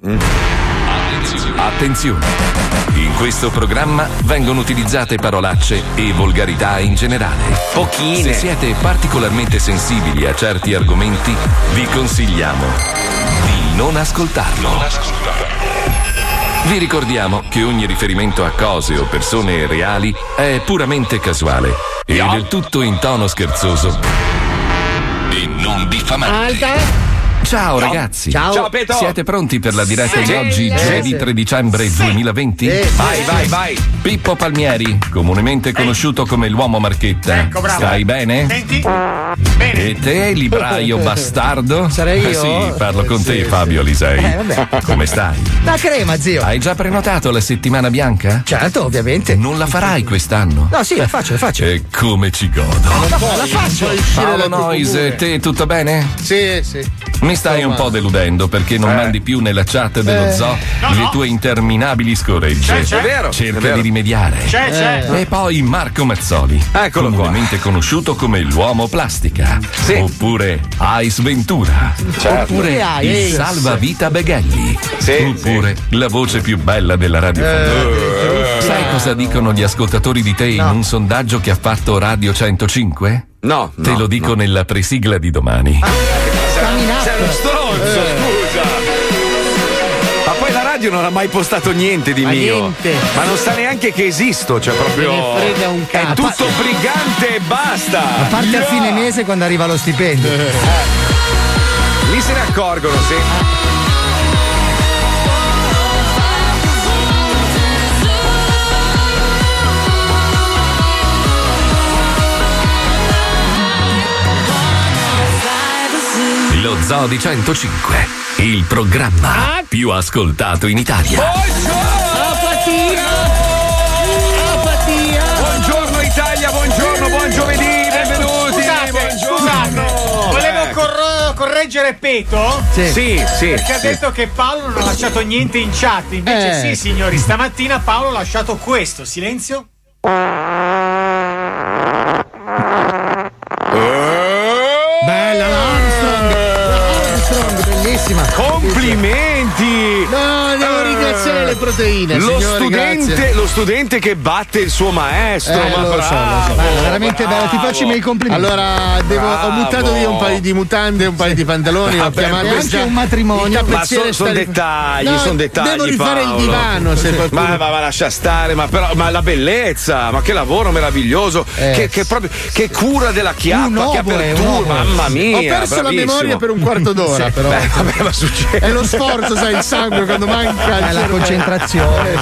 Attenzione! In questo programma vengono utilizzate parolacce e volgarità in generale. Pochine. Se siete particolarmente sensibili a certi argomenti, vi consigliamo di non ascoltarlo. Vi ricordiamo che ogni riferimento a cose o persone reali è puramente casuale e del tutto in tono scherzoso e non diffamante. Ciao ragazzi. Ciao Peto. Siete pronti per la diretta di oggi, giovedì 3 dicembre 2020? Vai. Pippo Palmieri, comunemente conosciuto come l'uomo marchetta. Ecco, bravo. Stai bene? Senti? Bene. E te, libraio bastardo? Sarei io? Sì, parlo con te, Fabio Alisei. Vabbè. Come stai? La crema, zio. Hai già prenotato la settimana bianca? Certo, ovviamente. Non la farai quest'anno? No, sì, la faccio. E come ci godo. La faccio. Paolo Noise, te tutto bene? Sì. Mi stai un po' deludendo perché non mandi più nella chat dello zoo le tue interminabili scoregge. C'è. È vero. Cerca di rimediare. C'è. E poi Marco Mazzoli, Eccolo qua. comunemente conosciuto come l'uomo plastica, Sì. oppure Ice Ventura, Certo. oppure Ice. il salvavita Beghelli, Sì, oppure la voce più bella della radio. Sai cosa dicono gli ascoltatori di te in un sondaggio che ha fatto Radio 105? No. Te lo dico nella presigla di domani. Sei uno stronzo, scusa. Ma poi la radio non ha mai postato niente di Ma mio. niente. Ma non sa neanche che esisto, cioè proprio. Me ne frega un È cazzo. tutto brigante e basta. A parte a fine mese quando arriva lo stipendio. Lì se ne accorgono, sì. Lo Zoo di 105, il programma più ascoltato in Italia. Buongiorno Italia, buon giovedì, benvenuti. Scusate, volevo correggere Peto. Sì. Perché ha detto che Paolo non ha lasciato niente in chat. Invece sì, signori, stamattina Paolo ha lasciato questo. Silenzio. Bella l'Armstrong, bellissima. Complimenti! No, devo ringraziare le proteine. Lo studente che batte il suo maestro, ma lo so. bravo, Bella, veramente bella, ti faccio i miei complimenti. Allora, ho buttato via un paio di mutande, un paio di pantaloni, ho chiamato E anche un matrimonio. Ma sono dettagli, sono dettagli. Devo rifare Paolo. il divano, se qualcuno. Ma lascia stare, ma la bellezza, ma che lavoro meraviglioso, che cura della chiappa, che apertura, mamma mia. Ho perso la bravissimo. memoria per un quarto d'ora, però. Vabbè, ma succede. È lo sforzo, sai, il sangue quando manca il È la cervello. concentrazione.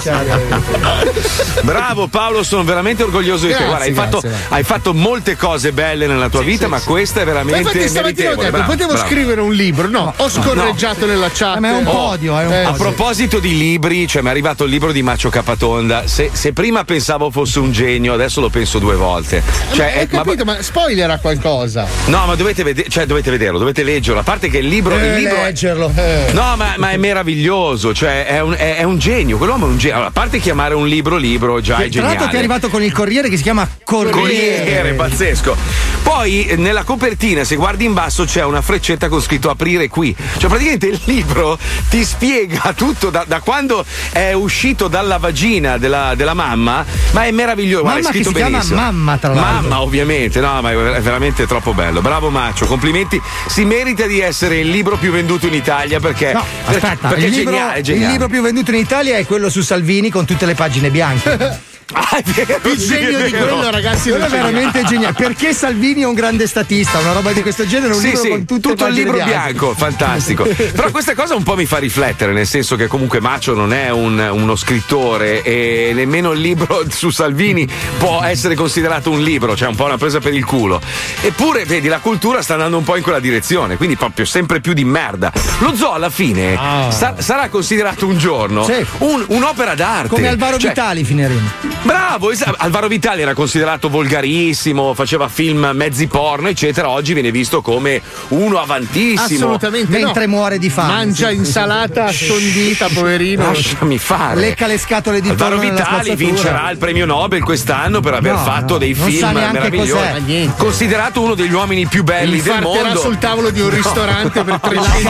Bravo Paolo, sono veramente orgoglioso di te. Grazie, Guarda, hai fatto molte cose belle nella tua vita, ma questa è Ma veramente infatti stamattina ho meritevole. detto, Bravo, potevo bravo. scrivere un libro, no, ho scorreggiato nella chat. Ma è un podio, è un A podio. proposito di libri, cioè mi è arrivato il libro di Macio Capatonda. Se prima pensavo fosse un genio, adesso lo penso due volte. Cioè, Ho capito, ma spoilera qualcosa. No, ma dovete vederlo, dovete leggerlo. A parte che il libro Leggerlo. No, ma è meraviglioso, cioè è un genio, quell'uomo è un genio. Allora, a parte chiamare un libro già è Tra l'altro geniale. ti è arrivato con il Corriere che si chiama Corriere, pazzesco. Poi nella copertina, se guardi in basso, c'è una freccetta con scritto aprire qui. Cioè, praticamente il libro ti spiega tutto da quando è uscito dalla vagina della mamma, ma è meraviglioso. Guarda, Mamma è scritto che si chiama benissimo. Mamma, tra l'altro. Mamma, ovviamente, no, ma è veramente troppo bello. Bravo Maccio, complimenti. Si merita di essere il libro più venduto in Italia perché. No, aspetta, perché il è geniale. il libro più venduto in Italia è quello su Salvini con tutte le pagine bianche. È vero, Il genio di quello, ragazzi, Quello è non c'è veramente geniale. Perché Salvini è un grande statista, una roba di questo genere, un libro con tutte tutto le il pagine libro bianche. bianco, fantastico. Però questa cosa un po' mi fa riflettere, nel senso che comunque Maccio non è uno scrittore e nemmeno il libro su Salvini può essere considerato un libro, cioè un po' una presa per il culo. Eppure, vedi, la cultura sta andando un po' in quella direzione, quindi proprio sempre più di merda. Lo zoo alla fine sarà considerato un giorno Sì. un'opera d'arte. Come Alvaro Cioè, Vitali finiremo. Bravo, Alvaro Vitali era considerato volgarissimo, faceva film mezzi porno, eccetera. Oggi viene visto come uno avantissimo. Assolutamente. Mentre muore di fame. Mangia insalata assondita, poverino. Lasciami fare. Lecca le scatole di Alvaro tonno Vitali vincerà il premio Nobel quest'anno per aver fatto dei film meravigliosi. Considerato uno degli uomini più belli del mondo. sul tavolo di un ristorante per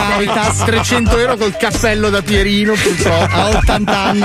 300 euro col cappello da Pierino, purtroppo. A 80 anni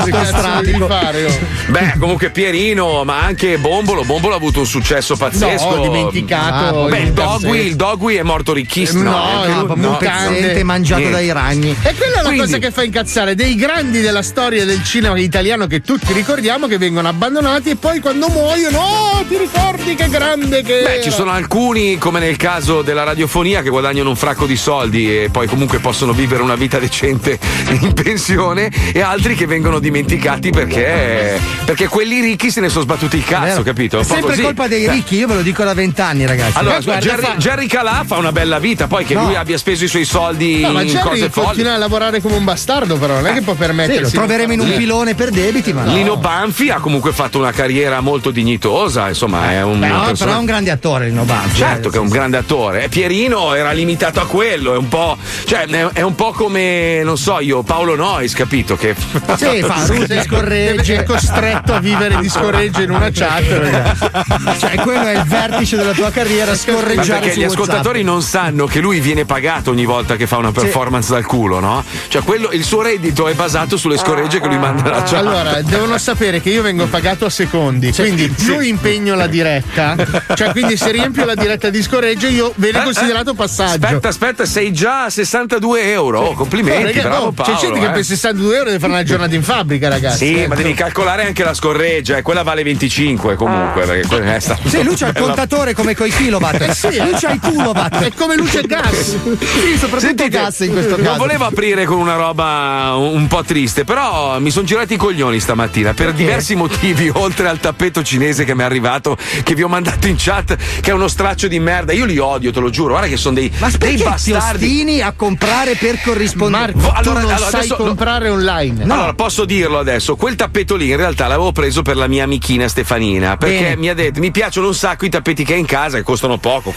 Beh, comunque Pierino, ma anche Bombolo ha avuto un successo pazzesco. No, dimenticato. Il Dogui è morto ricchissimo. Un pezzente mangiato dai ragni. E quella è la cosa che fa incazzare dei grandi della storia del cinema italiano che tutti ricordiamo, che vengono abbandonati e poi quando muoiono, ti ricordi che grande che Beh, ci sono alcuni, come nel caso della radiofonia, che guadagnano un fracco di soldi e poi comunque possono vivere una vita decente in pensione, e altri che vengono dimenticati perché quelli ricchi se ne sono sbattuti il cazzo, capito? È sempre così. colpa dei ricchi, io ve lo dico da 20 anni, ragazzi. Allora, Jerry Calà fa una bella vita, poi che lui abbia speso i suoi soldi ma in Jerry cose folli. continua a lavorare come un bastardo, però non è che può permettersi. Lo troveremo in un pilone per debiti, ma Lino Banfi ha comunque fatto una carriera molto dignitosa, insomma, è un però è un grande attore Lino Banfi. Certo che è un grande attore. E Pierino era limitato a quello, è un po', cioè è un po' come, non so io, Paolo Noyes, capito? Che fa Rusi scorregge, è costretto a vivere di scorregge in una chat, ragazzi. Cioè quello è il vertice della tua carriera, scorreggiare. Perché su gli WhatsApp. ascoltatori non sanno che lui viene pagato ogni volta che fa una performance dal culo, no? Cioè il suo reddito è basato sulle scorregge che lui manda alla chat. Allora, devono sapere che io vengo pagato a secondi, quindi più impegno la diretta, cioè quindi se riempio la diretta di scorregge io viene considerato passaggio. Aspetta, sei già a 62 euro. Oh, complimenti, bravo Paolo. C'è gente che per 62 euro deve fare una giornata in fabbrica, ragazzi. Sì, ma devi calcolare anche la scorreggia, e quella vale 25 comunque, perché quella è stata. Sì, lui c'ha il contatore come coi kilowatt. Lui c'ha i kilowatt. È come luce e gas. Sì, soprattutto gas in questo caso. Non volevo aprire con una roba un po' triste, però mi sono girati i coglioni stamattina per diversi motivi, oltre al tappeto cinese che mi è arrivato, che vi ho mandato in chat, che è uno straccio di merda. Io li odio, te lo giuro. Guarda che sono dei bastardi. Ti ostini a comprare per corrispondere. Marco, tu non sai comprare online. No. Allora, posso dirlo adesso. Quel tappeto lì in realtà l'avevo preso per la mia amichina Stefanina, perché mi ha detto mi piacciono un sacco i tappeti che hai in casa, che costano poco,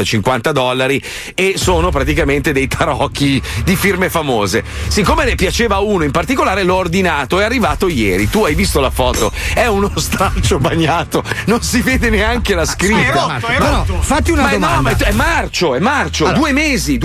$40-50, e sono praticamente dei tarocchi di firme famose. Siccome ne piaceva uno in particolare, l'ho ordinato, è arrivato ieri. Tu hai visto la foto, è uno straccio bagnato, non si vede neanche la scritta. È rotto. Fatti una domanda. No, è marcio. Allora, due mesi,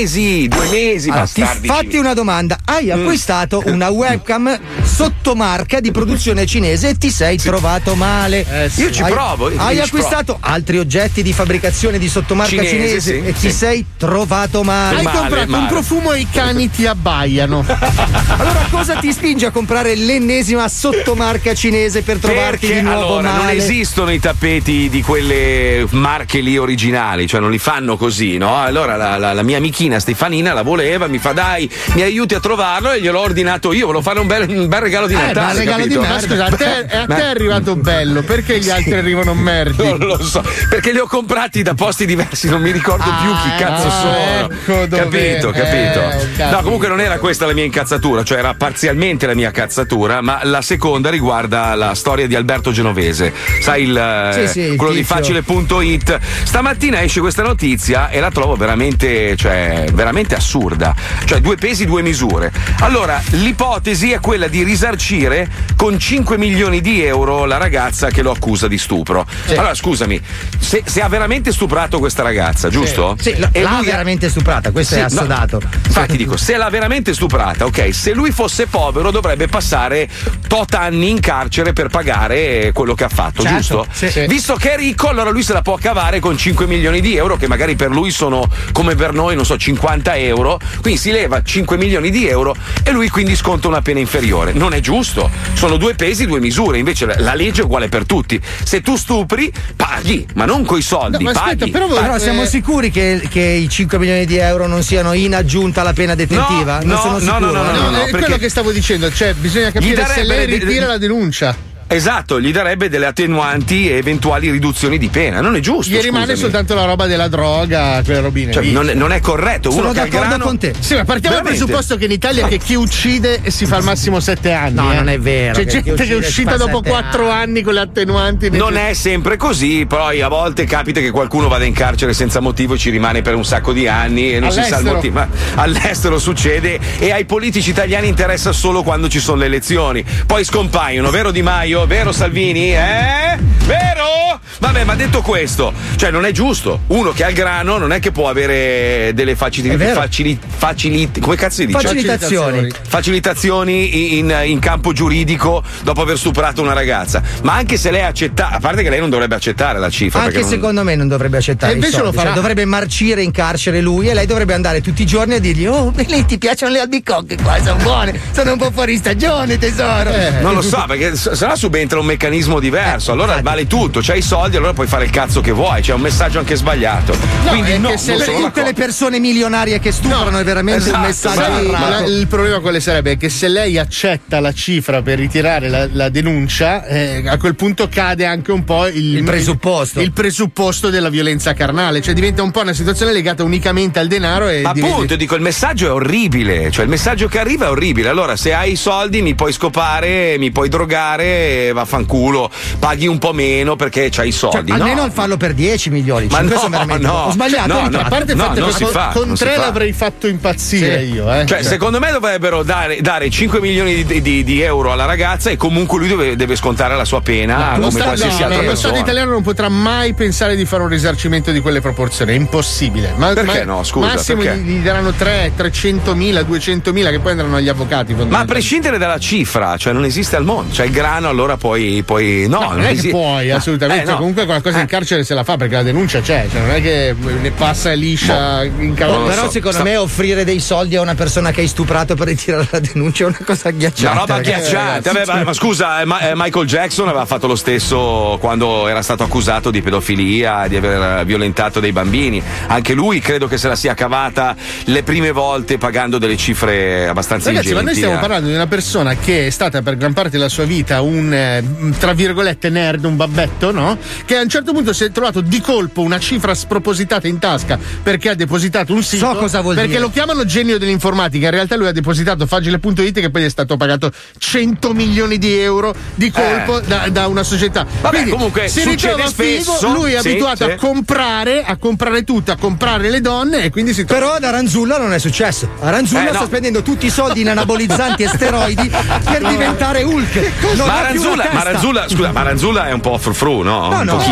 bastardi. Fatti una domanda. Hai acquistato una webcam sottomarca di produzione cinese e ti sei trovato male. Io ci provo. Hai acquistato altri oggetti di fabbricazione di sottomarca cinese e ti sei trovato male. Hai comprato un profumo e i cani ti abbaiano. Allora cosa ti spinge a comprare l'ennesima sottomarca cinese per trovarti di nuovo male? Non esistono i tappeti di quelle marche lì originali, cioè non li fanno così, no? Allora la mia amichina Stefanina la voleva, mi fa dai, mi aiuti a trovarlo, e gliel'ho ordinato io, volevo fare un bel regalo di Natale. Un regalo di merda. Scusa, a te è arrivato bello, perché gli altri arrivano merdi? Non lo so, perché li ho comprati da posti diversi, non mi ricordo più chi cazzo sono. Ecco capito. No, comunque non era questa la mia incazzatura, cioè era parzialmente la mia cazzatura, ma la seconda riguarda la storia di Alberto Genovese. Sai, quello di facile.it. Stamattina esce questa notizia e la trovo veramente assurda. Cioè, 2 pesi, 2 misure. Allora, l'ipotesi è quella di risarcire con 5 milioni di euro la ragazza che lo accusa di stupro. Allora, scusami, se ha veramente stuprato questa ragazza, giusto? Sì, l'ha veramente stuprata, questo è assodato. Infatti dico, se l'ha veramente stuprata, ok, se lui fosse povero dovrebbe passare tot anni in carcere per pagare quello che ha fatto, giusto? Sì. Visto che è ricco, allora lui se la può cavare con 5 milioni di euro, che magari per lui sono come per noi, non so, 50 euro, quindi si leva 5 milioni di euro e lui quindi sconta una pena inferiore. Non è giusto, sono 2 pesi, 2 misure, invece la legge è uguale per tutti. Se tu stupri, paghi, ma non coi soldi, paghi. Però siamo sicuri che i 5 milioni di euro non siano in aggiunta alla pena detentiva? No, è quello che stavo dicendo, cioè bisogna capire se lei ritira la denuncia. Esatto, gli darebbe delle attenuanti e eventuali riduzioni di pena. Non è giusto. Gli rimane soltanto la roba della droga, quelle robine. Cioè, non è corretto. Sono uno che d'accordo con te. Sì, ma partiamo dal presupposto che in Italia che chi uccide si fa al massimo 7 anni. No, non è vero. C'è gente che è uscita dopo 4 anni con le attenuanti. Non è sempre così, poi a volte capita che qualcuno vada in carcere senza motivo e ci rimane per un sacco di anni e non si sa il motivo. Ma all'estero succede e ai politici italiani interessa solo quando ci sono le elezioni. Poi scompaiono, vero Di Maio? Vero Salvini? Vero? Vabbè, ma detto questo, cioè non è giusto. Uno che ha il grano non è che può avere delle come cazzo si dice? Facilitazioni in campo giuridico dopo aver stuprato una ragazza. Ma anche se lei accetta, a parte che lei non dovrebbe accettare la cifra. Anche secondo me non dovrebbe accettare. Invece lo farà. Cioè, dovrebbe marcire in carcere lui e lei dovrebbe andare tutti i giorni a dirgli: oh, lei ti piacciono le albicocche qua, sono buone, sono un po' fuori stagione, tesoro. Non lo so, perché sennò subentra un meccanismo diverso. Allora vale tutto, c'hai i soldi, allora puoi fare il cazzo che vuoi. C'è un messaggio anche sbagliato. No, quindi no, se per tutte le persone milionarie che stuprano è veramente un messaggio. Ma il problema quale sarebbe? Che se lei accetta la cifra per ritirare la denuncia, a quel punto cade anche un po' il presupposto della violenza carnale, cioè diventa un po' una situazione legata unicamente al denaro. E appunto, dico, il messaggio è orribile, cioè il messaggio che arriva è orribile. Allora, se hai i soldi mi puoi scopare, mi puoi drogare, vaffanculo, paghi un po' meno perché c'hai i soldi. Cioè, almeno farlo per 10 milioni. Ma ho sbagliato. A parte non si fa. Con 3 l'avrei fatto impazzire io. Cioè, secondo me dovrebbero dare 5 milioni di euro alla ragazza e comunque lui deve scontare la sua pena come qualsiasi altra persona. Lo Stato italiano non potrà mai pensare di fare un risarcimento di quelle proporzioni, è impossibile. Perché no? Scusa, massimo gli daranno 300.000, 200.000 che poi andranno agli avvocati. Ma a prescindere dalla cifra, cioè non esiste al mondo. Cioè il grano, allora poi no, non è che puoi assolutamente. No. Comunque qualcosa in carcere se la fa perché la denuncia c'è, cioè non è che ne passa liscia in cavolo. Però secondo me offrire dei soldi a una persona che hai stuprato per ritirare la denuncia è una cosa agghiacciata. Una roba agghiacciata. Ma scusa, Michael Jackson aveva fatto lo stesso quando era stato accusato di pedofilia, di aver violentato dei bambini. Anche lui credo che se la sia cavata le prime volte pagando delle cifre abbastanza ingenti. Ma noi stiamo parlando di una persona che è stata per gran parte della sua vita un tra virgolette nerd, un babbetto, no? Che a un certo punto si è trovato di colpo una cifra spropositata in tasca perché ha depositato un sito. So cosa vuol dire. Perché lo chiamano genio dell'informatica, in realtà lui ha depositato Facile.it che poi gli è stato pagato 100 milioni di euro di colpo da una società. Vabbè, quindi comunque si ritrova figo, lui è abituato a comprare tutto, a comprare le donne e quindi si trova. Però ad Aranzulla non è successo. Aranzulla sta spendendo tutti i soldi in anabolizzanti e steroidi per diventare Hulk. Ma Aranzulla è un po' frufru, no?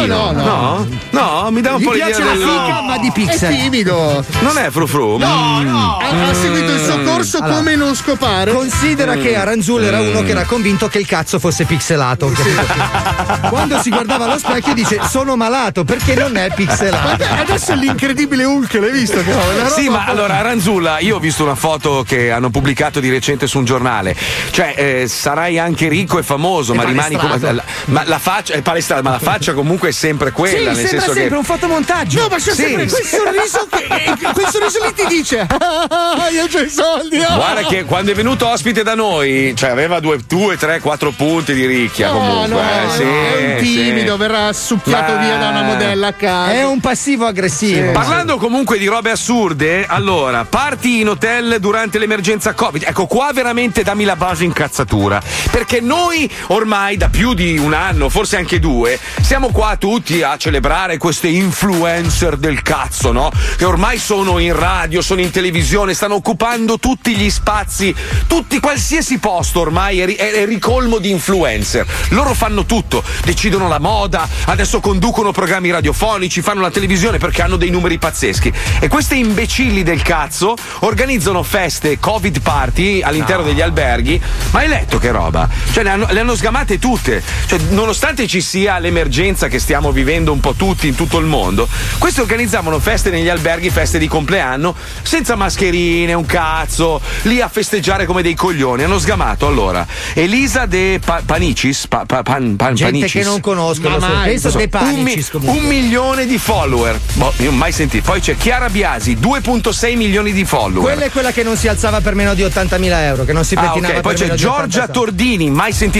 No, mi dà un po' l'idea. Gli piace la figa, ma di pixel. È timido. Non è frufru. No. Ha seguito il suo corso come non scopare. Considera che Aranzulla era uno che era convinto che il cazzo fosse pixelato. Quando si guardava allo specchio dice: sono malato perché non è pixelato. Adesso è l'incredibile Hulk, l'hai visto? Sì, ma allora Aranzulla, io ho visto una foto che hanno pubblicato di recente su un giornale. Cioè, sarai anche ricco e famoso, ma rimani come. Ma la faccia è palestrata, ma la faccia comunque è sempre quella. Sì, nel senso sempre che un fotomontaggio. No, ma c'è sempre quel sorriso lì ti dice: io c'ho i soldi. Guarda che quando è venuto ospite da noi, cioè aveva 2, 3, 4 punti di ricchia comunque. È un timido, verrà succhiato via da una modella a casa. È un passivo aggressivo. Parlando comunque di robe assurde, allora, parti in hotel durante l'emergenza Covid. Ecco, qua veramente dammi la base incazzatura. Perché noi ormai da più di un anno, forse anche 2, siamo qua tutti a celebrare queste influencer del cazzo, no? Che ormai sono in radio, sono in televisione, stanno occupando tutti gli spazi, qualsiasi posto ormai è ricolmo di influencer. Loro fanno tutto, decidono la moda, adesso conducono programmi radiofonici, fanno la televisione perché hanno dei numeri pazzeschi. E queste imbecilli del cazzo organizzano feste Covid party all'interno degli alberghi. Ma hai letto che roba? Cioè le hanno sgamate tutte. Cioè, nonostante ci sia l'emergenza che stiamo vivendo un po' tutti in tutto il mondo, questi organizzavano feste negli alberghi, feste di compleanno, senza mascherine, un cazzo, lì a festeggiare come dei coglioni. Hanno sgamato allora Elisa De Panicis, gente Panicis, che non conosco, penso De Panicis, 1 milione di follower. Io mai sentito. Poi c'è Chiara Biasi, 2,6 milioni di follower. Quella è quella che non si alzava per meno di 80.000 euro, che non si pettinava. Okay. Poi per c'è meno Giorgia di Tordini, mai sentita, 300.000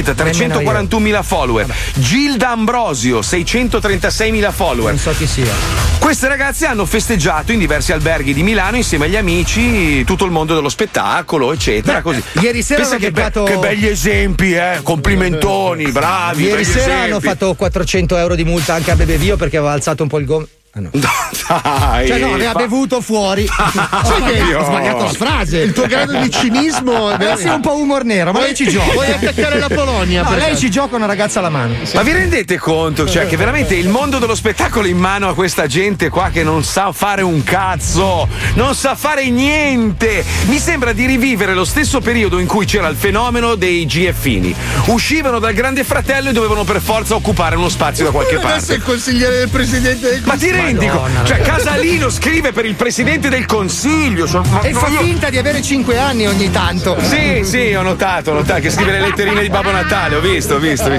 641.000 follower. Gilda Ambrosio 636.000 follower. Non so chi sia. Queste ragazze hanno festeggiato in diversi alberghi di Milano insieme agli amici, tutto il mondo dello spettacolo, eccetera. Così. Ieri sera hanno beccato... che begli esempi, complimentoni, bravi. Ieri sera esempi. Hanno fatto 400 euro di multa anche a Bebevio perché aveva alzato un po' il gomito. Ah, no. Dai, cioè no, aveva bevuto fuori. Ho sbagliato frase. Il tuo grado di cinismo sei un po' humor nero, ma lei ci gioca. Vuoi attaccare la Polonia? No, lei ci gioca una ragazza alla mano. Ma vi rendete conto? Cioè, che veramente il mondo dello spettacolo è in mano a questa gente qua che non sa fare un cazzo, non sa fare niente. Mi sembra di rivivere lo stesso periodo in cui c'era il fenomeno dei GFini. Uscivano dal Grande Fratello e dovevano per forza occupare uno spazio da qualche parte. Adesso è il consigliere del presidente del Ma ti rendi conto? Cioè, Casalino scrive per il presidente del consiglio. E fa finta di avere 5 anni ogni tanto. Sì, ho notato che scrive le letterine di Babbo Natale. Ho visto.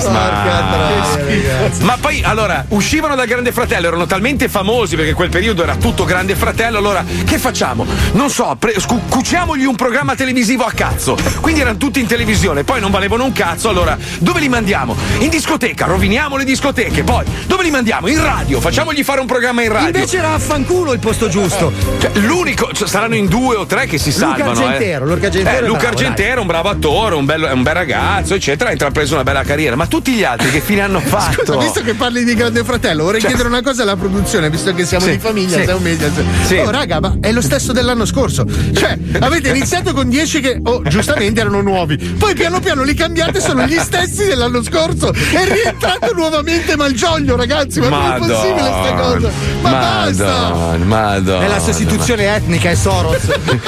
Ma poi, allora, uscivano dal Grande Fratello, erano talmente famosi perché quel periodo era tutto Grande Fratello. Allora, che facciamo? Non so, cuciamogli un programma televisivo a cazzo. Quindi erano tutti in televisione, poi non valevano un cazzo. Allora, dove li mandiamo? In discoteca, roviniamo le discoteche. Poi, dove li mandiamo? In radio, facciamogli fare un programma in radio. Invece era a fanculo il posto giusto. Cioè, l'unico, saranno in 2 o 3 che si salvano. Luca Argentero, un bravo attore, un bel ragazzo, eccetera, ha intrapreso una bella carriera. Ma tutti gli altri che fine hanno fatto? Scusa, visto che parli di Grande Fratello, vorrei chiedere una cosa alla produzione, visto che siamo di famiglia, siamo media. Oh, raga, ma è lo stesso dell'anno scorso. Cioè, avete iniziato con 10 che, giustamente erano nuovi. Poi piano piano li cambiate, sono gli stessi dell'anno scorso. È rientrato nuovamente Malgioglio, ragazzi. Ma non è possibile sta cosa. Ma basta! Madonna. È la sostituzione etnica, è Soros.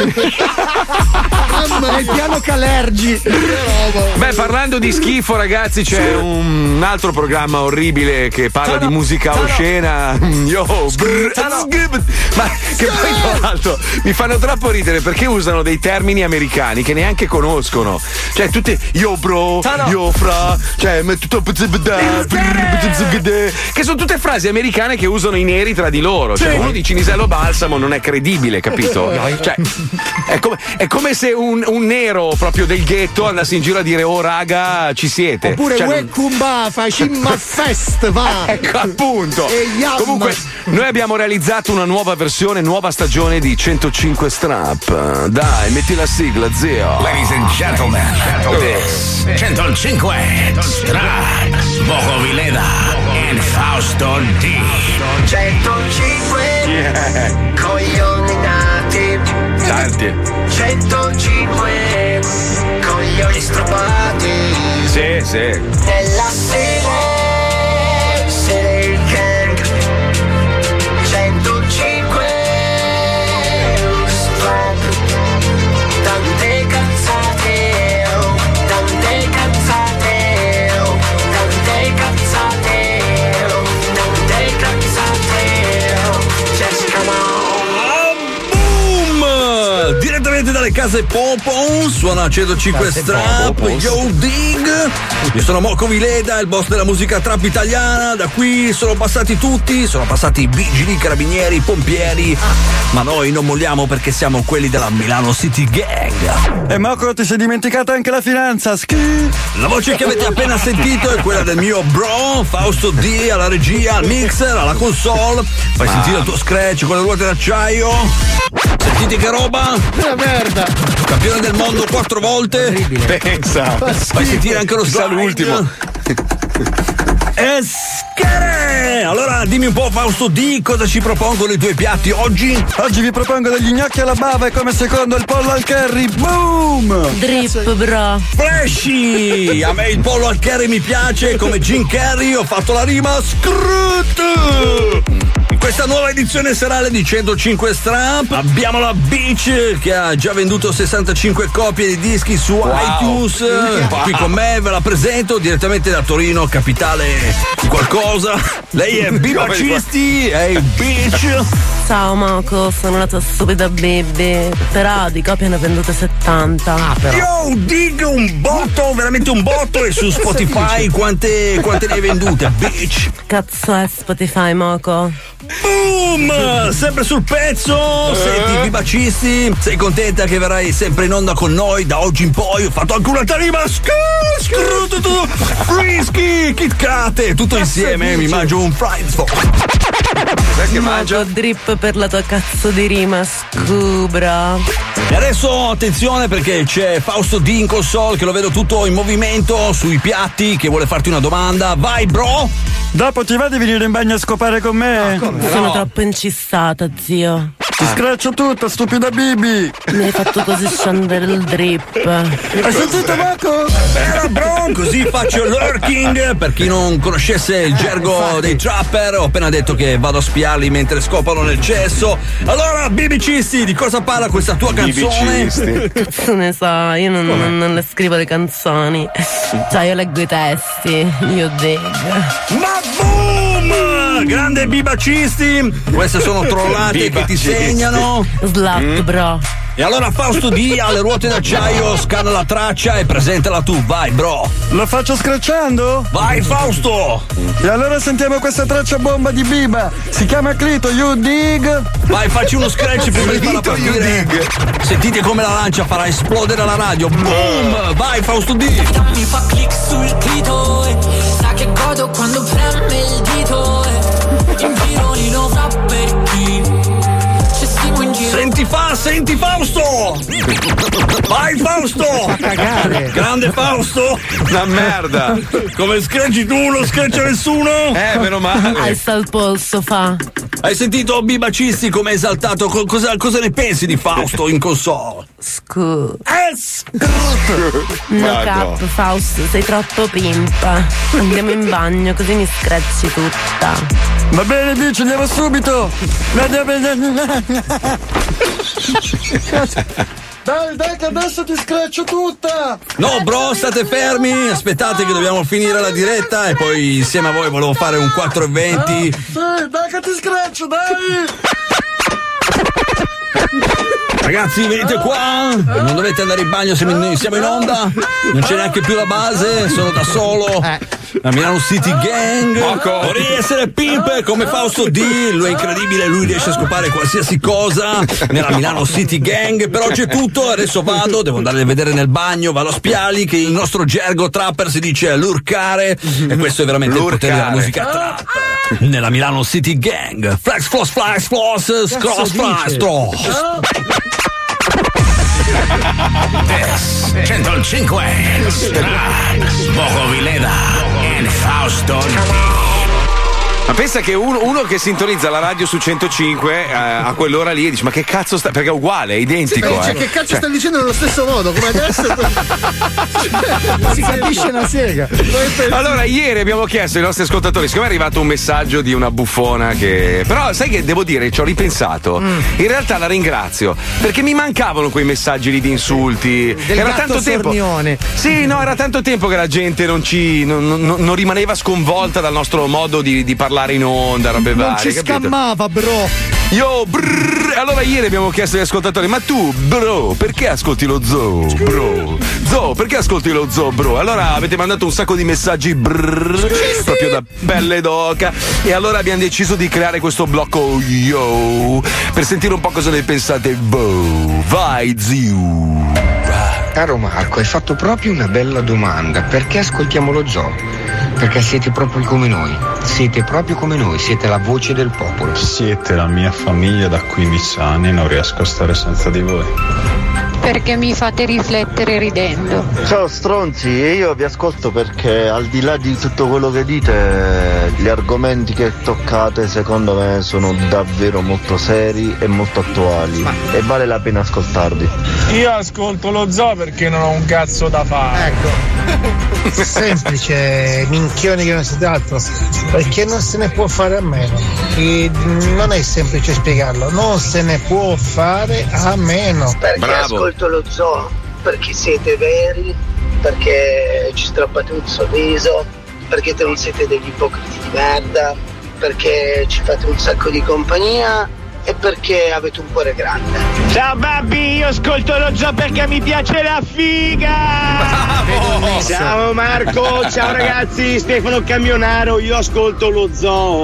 È il piano Calergi. Beh, parlando di schifo, ragazzi, c'è un altro programma orribile che parla di musica oscena. Ma che poi tra l'altro mi fanno troppo ridere perché usano dei termini americani che neanche conoscono. Cioè, tutte yo bro, yo fra, cioè che sono tutte frasi americane che usano i neri tra di loro. Cioè, uno di Cinisello Balsamo non è credibile, capito? Cioè, è come se un nero proprio del ghetto andasse in giro a dire oh raga ci siete. Oppure Wekumba Facimma Fest va. Ecco appunto. Comunque noi abbiamo realizzato una nuova versione, nuova stagione di 105 Strap. Dai, metti la sigla, zio. Ladies and gentlemen, this 105 Strap, Moco Vileda and Fausto D. 105 coglioni nati, tanti. 105 coglioni strappati. Sì. Nella sede il gang. 105 strap. Tante cazzate, tante cazzate, tante cazzate, tante cazzate. Just come on. Direttamente dalle case Popon suona 105 Strap. Yo Dig, io sono Moco Vileda, il boss della musica trap italiana. Da qui sono passati tutti, sono passati vigili, carabinieri, pompieri, ma noi non molliamo perché siamo quelli della Milano City Gang. E Moco, ti sei dimenticato anche la finanza. La voce che avete appena sentito è quella del mio bro Fausto D, alla regia, al mixer, alla console. Fai sentire il tuo scratch con le ruote d'acciaio. Sentite che roba? Merda! Campione del mondo 4 volte. Pensa. Fai sentire anche lo slide. l'ultimo. Allora dimmi un po', Fausto D, cosa ci propongono i tuoi piatti oggi? Oggi vi propongo degli gnocchi alla bava e come secondo il pollo al curry. Boom! Drip, bro. Freshy! A me il pollo al curry mi piace, come Jim Carrey ho fatto la rima scrut! In questa nuova edizione serale di 105 Strap abbiamo la Beach che ha già venduto 65 copie di dischi su iTunes. Qui con me ve la presento direttamente da Torino, capitale di qualcosa. Lei è Bibacisti, è il Beach. Ciao Moco, sono la tua stupida baby. Però di copie ne ho vendute 70. Yo, dig un botto, veramente un botto. E su Spotify quante ne hai vendute, bitch? Cazzo è Spotify, Moco? Boom! Sempre sul pezzo. Senti, Bibacisti, sei contenta che verrai sempre in onda con noi da oggi in poi? Ho fatto anche una tarima frisky, Kit Kat, tutto insieme. Mi mangio un fries. Che mangio drip per la tua cazzo di rima, scubra. E adesso attenzione perché c'è Fausto D in console che lo vedo tutto in movimento sui piatti, che vuole farti una domanda. Vai bro! Dopo ti va di venire in bagno a scopare con me? Sono troppo incissata, zio. Ti scraccio tutto, stupida Bibi. Mi hai fatto così scendere il drip. Hai sentito Marco? Era bro, così faccio lurking. Per chi non conoscesse il gergo dei trapper, ho appena detto che vado a spiarli mentre scopano nel cesso. Allora, Bibicisti, di cosa parla questa tua canzone? Cazzo ne sa, io non le scrivo le canzoni. Cioè, io leggo i testi, io dig. Ma boom! Grande Bibacisti! Queste sono trollate che ti segnano. Slut, bro. E allora Fausto D ha le ruote d'acciaio, scanna la traccia e presentala tu, vai bro! Lo faccio scratchando? Vai Fausto! E allora sentiamo questa traccia bomba di Biba, si chiama Clito, you dig? Vai, facci uno scratch prima di farla partire. Sentite come la lancia farà esplodere la radio, boom! Vai Fausto D! Mi fa click sul clito, sa che godo quando preme il dito, in giro li lo fa per chi. Senti Fausto! Vai Fausto! Cagare. Grande Fausto! Una merda! Come screcci tu, non screccia nessuno? Meno male. Alza il polso, fa. Hai sentito Bibacisti come è esaltato? Cosa ne pensi di Fausto in console? No cap, Fausto, sei troppo pimpa. Andiamo in bagno così mi screzzi tutta. Va bene, bici, andiamo subito! Dai che adesso ti screccio tutta! No bro, state fermi, aspettate che dobbiamo finire la diretta e poi insieme a voi volevo fare un 4:20. Sì, dai che ti screccio, dai! Ragazzi, venite qua, non dovete andare in bagno se noi siamo in onda, non c'è neanche più la base, sono da solo. La Milano City Gang. Vorrei essere pimp come Fausto D. Lui è incredibile, lui riesce a scopare qualsiasi cosa nella Milano City Gang. Per oggi è tutto, adesso vado, devo andare a vedere nel bagno, vado a spiarli, che il nostro gergo trapper si dice lurcare. E questo è veramente il potere della musica trap nella Milano City Gang. Flex floss, scross, This 105 Strap, Boco Vileda and Fausto D. Ma pensa che uno che sintonizza la radio su 105 a quell'ora lì dice: ma che cazzo sta. Perché è uguale, è identico. Sì, che cazzo sta dicendo nello stesso modo come adesso? Si capisce una sega. Allora, ieri abbiamo chiesto ai nostri ascoltatori, siccome è arrivato un messaggio di una buffona che. Però sai che devo dire, ci ho ripensato. In realtà la ringrazio, perché mi mancavano quei messaggi lì di insulti. Era tanto tempo. Sì, no, era tanto tempo che la gente non rimaneva sconvolta dal nostro modo di parlare in onda, robe varie. Non ci scammava, bro. Allora ieri abbiamo chiesto agli ascoltatori: ma tu, bro, perché ascolti lo zoo, bro? Zoo, perché ascolti lo zoo, bro? Allora avete mandato un sacco di messaggi proprio da pelle d'oca. E allora abbiamo deciso di creare questo blocco yo per sentire un po' cosa ne pensate. Vai, zio. Caro Marco, hai fatto proprio una bella domanda. Perché ascoltiamo lo zoo? Perché siete proprio come noi. Siete proprio come noi, siete la voce del popolo. Siete la mia famiglia da 15 anni e non riesco a stare senza di voi. Perché mi fate riflettere ridendo. Ciao stronzi, io vi ascolto perché al di là di tutto quello che dite, gli argomenti che toccate secondo me sono davvero molto seri e molto attuali e vale la pena ascoltarvi. Io ascolto lo zoo perché non ho un cazzo da fare. Ecco, semplice, minchioni che non siete altro, perché non se ne può fare a meno. E non è semplice spiegarlo, non se ne può fare a meno. Perché ascolto lo zoo? Perché siete veri, perché ci strappate un sorriso, perché non siete degli ipocriti di merda, perché ci fate un sacco di compagnia e perché avete un cuore grande. Ciao babbi, io ascolto lo zoo perché mi piace la figa. Bravo. Ciao Marco, ciao ragazzi, Stefano Camionaro, io ascolto lo zoo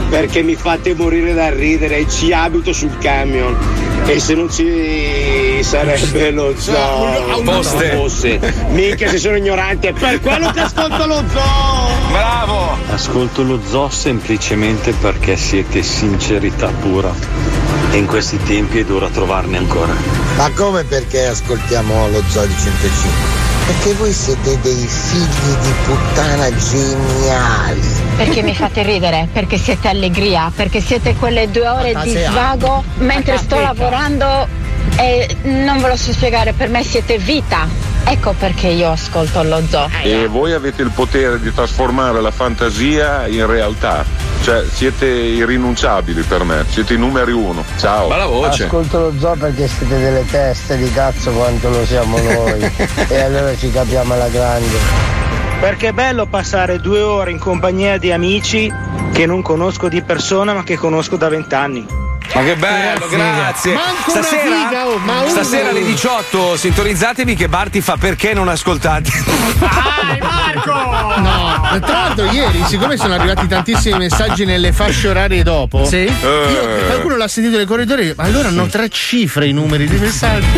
perché mi fate morire da ridere e ci abito sul camion. E se non ci sarebbe lo zoo, fosse. Mica se sono ignorante, per quello che ascolto lo zoo. Bravo. Ascolto lo zoo semplicemente perché siete sincerità pura. E in questi tempi è dura trovarne ancora. Ma come perché ascoltiamo lo zoo di 105? Perché voi siete dei figli di puttana geniali. Perché mi fate ridere, perché siete allegria, perché siete quelle 2 ore di svago mentre sto lavorando e non ve lo so spiegare, per me siete vita. Ecco perché io ascolto lo zoo. E voi avete il potere di trasformare la fantasia in realtà. Cioè siete irrinunciabili per me, siete i numeri 1. Ciao. Bella voce. Ascolto lo zoo perché siete delle teste di cazzo quanto lo siamo noi. E allora ci capiamo alla grande. Perché è bello passare 2 ore in compagnia di amici che non conosco di persona ma che conosco da 20 anni. Ma che bello, grazie. Stasera alle 18 sintonizzatevi che Barti fa Perché non ascoltate. Dai Marco! No, tra l'altro ieri, siccome sono arrivati tantissimi messaggi nelle fasce orarie dopo, sì? Qualcuno l'ha sentito nei corridoi, ma allora hanno 3 cifre i numeri dei messaggi.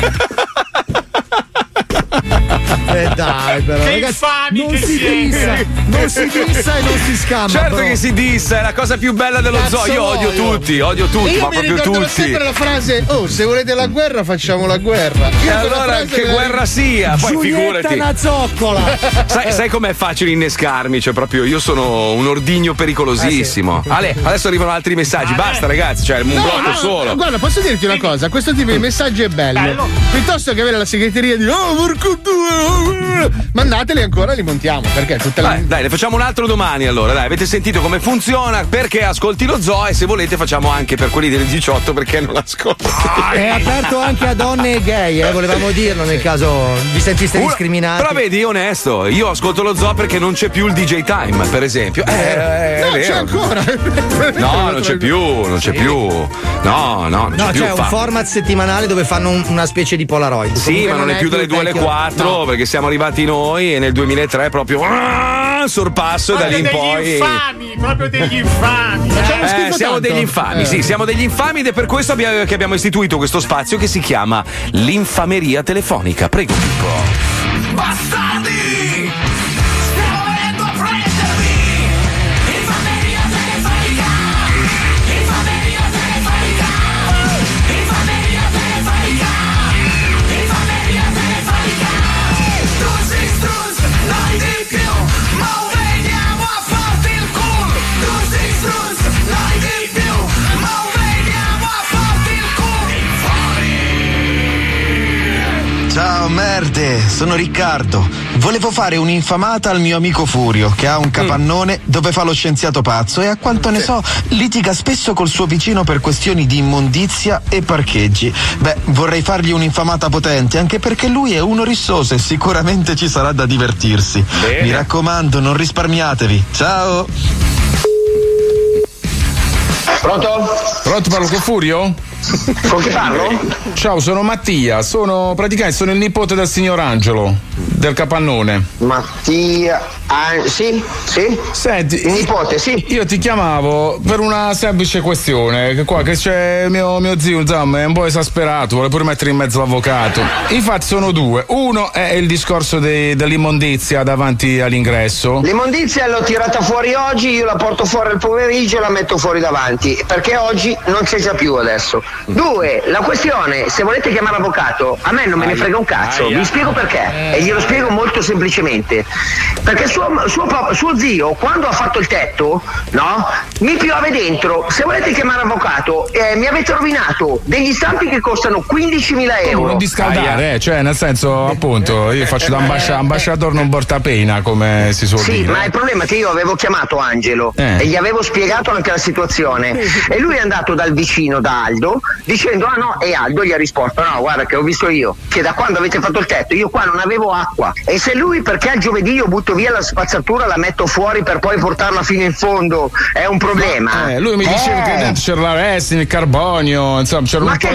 Dai, però che ragazzi, infami non che si dissa, non si dissa e non si scamma. Certo però. che si dissa, è la cosa più bella dello zoo. Io odio tutti, e io ma mi proprio ricordo tutti. sempre la frase: oh, se volete la guerra facciamo la guerra. E allora che guerra sia, poi Giulietta figurati. una zoccola. Sai com'è facile innescarmi? Cioè, proprio io sono un ordigno pericolosissimo. Ale, adesso arrivano altri messaggi. Basta, ragazzi, cioè un blocco solo. Guarda, posso dirti una cosa: questo tipo di messaggio è bello. Piuttosto che avere la segreteria di porco due, mandateli ancora, li montiamo. Perché tutte le. Dai, ne facciamo un altro domani allora. Dai, avete sentito come funziona? Perché ascolti lo zoo? E se volete facciamo anche per quelli del 18 perché non ascolti. È aperto anche a donne e gay, volevamo dirlo nel caso vi sentiste discriminati. Però vedi, onesto, io ascolto lo zoo perché non c'è più il DJ Time, per esempio. No, c'è ancora. No, non c'è più. No, non c'è più. No, c'è un format settimanale dove fanno una specie di Polaroid. Sì, comunque ma non è più dalle 2 alle 4 perché siamo arrivati noi e nel 2003 proprio sorpasso e da lì in poi. Infami, proprio degli infami. Siamo degli infami, sì, siamo degli infami ed è per questo che abbiamo istituito questo spazio che si chiama l'infameria telefonica. Prego, Pippo. Bastardi! Stiamo venendo a prendervi! Infameria telefonica! Infameria telefonica! Infameria telefonica! Infameria telefonica! Tu sei strus, noi di più! Ma veniamo a farti il culo! Tu sei strus, noi di più! Ma veniamo a farti il culo! Ciao merde, sono Riccardo. Volevo fare un'infamata al mio amico Furio, che ha un capannone dove fa lo scienziato pazzo e a quanto ne so litiga spesso col suo vicino per questioni di immondizia e parcheggi. Beh, vorrei fargli un'infamata potente, anche perché lui è uno rissoso e sicuramente ci sarà da divertirsi. Bene. Mi raccomando, non risparmiatevi. Ciao! Pronto? Pronto, parlo con Furio? Con chi parlo? Ciao, sono Mattia, sono il nipote del signor Angelo, del capannone. Mattia, sì? Senti, il nipote, sì. Io ti chiamavo per una semplice questione, che c'è mio zio, insomma, è un po' esasperato, vuole pure mettere in mezzo l'avvocato. Infatti sono 2, uno è il discorso dell'immondizia davanti all'ingresso. L'immondizia l'ho tirata fuori oggi, io la porto fuori al pomeriggio e la metto fuori davanti, perché oggi non c'è già più adesso. 2, la questione, se volete chiamare l'avvocato, a me non me ne frega un cazzo, vi spiego perché, e glielo spiego molto semplicemente. Perché suo zio, quando ha fatto il tetto, no? Mi piove dentro. Se volete chiamare l'avvocato, mi avete rovinato degli stampi che costano 15.000 euro. Non di scaldare, cioè nel senso, appunto, io faccio da ambasciatore non porta pena, come si suol dire. Sì, ma il problema è che io avevo chiamato Angelo e gli avevo spiegato anche la situazione e lui è andato dal vicino, da Aldo, Aldo dicendo no, e Aldo gli ha risposto no, guarda che ho visto io che da quando avete fatto il tetto io qua non avevo acqua, e se lui perché il giovedì io butto via la spazzatura, la metto fuori per poi portarla fino in fondo, è un problema. Lui mi diceva che dentro c'era la resina, il carbonio, insomma c'era un po'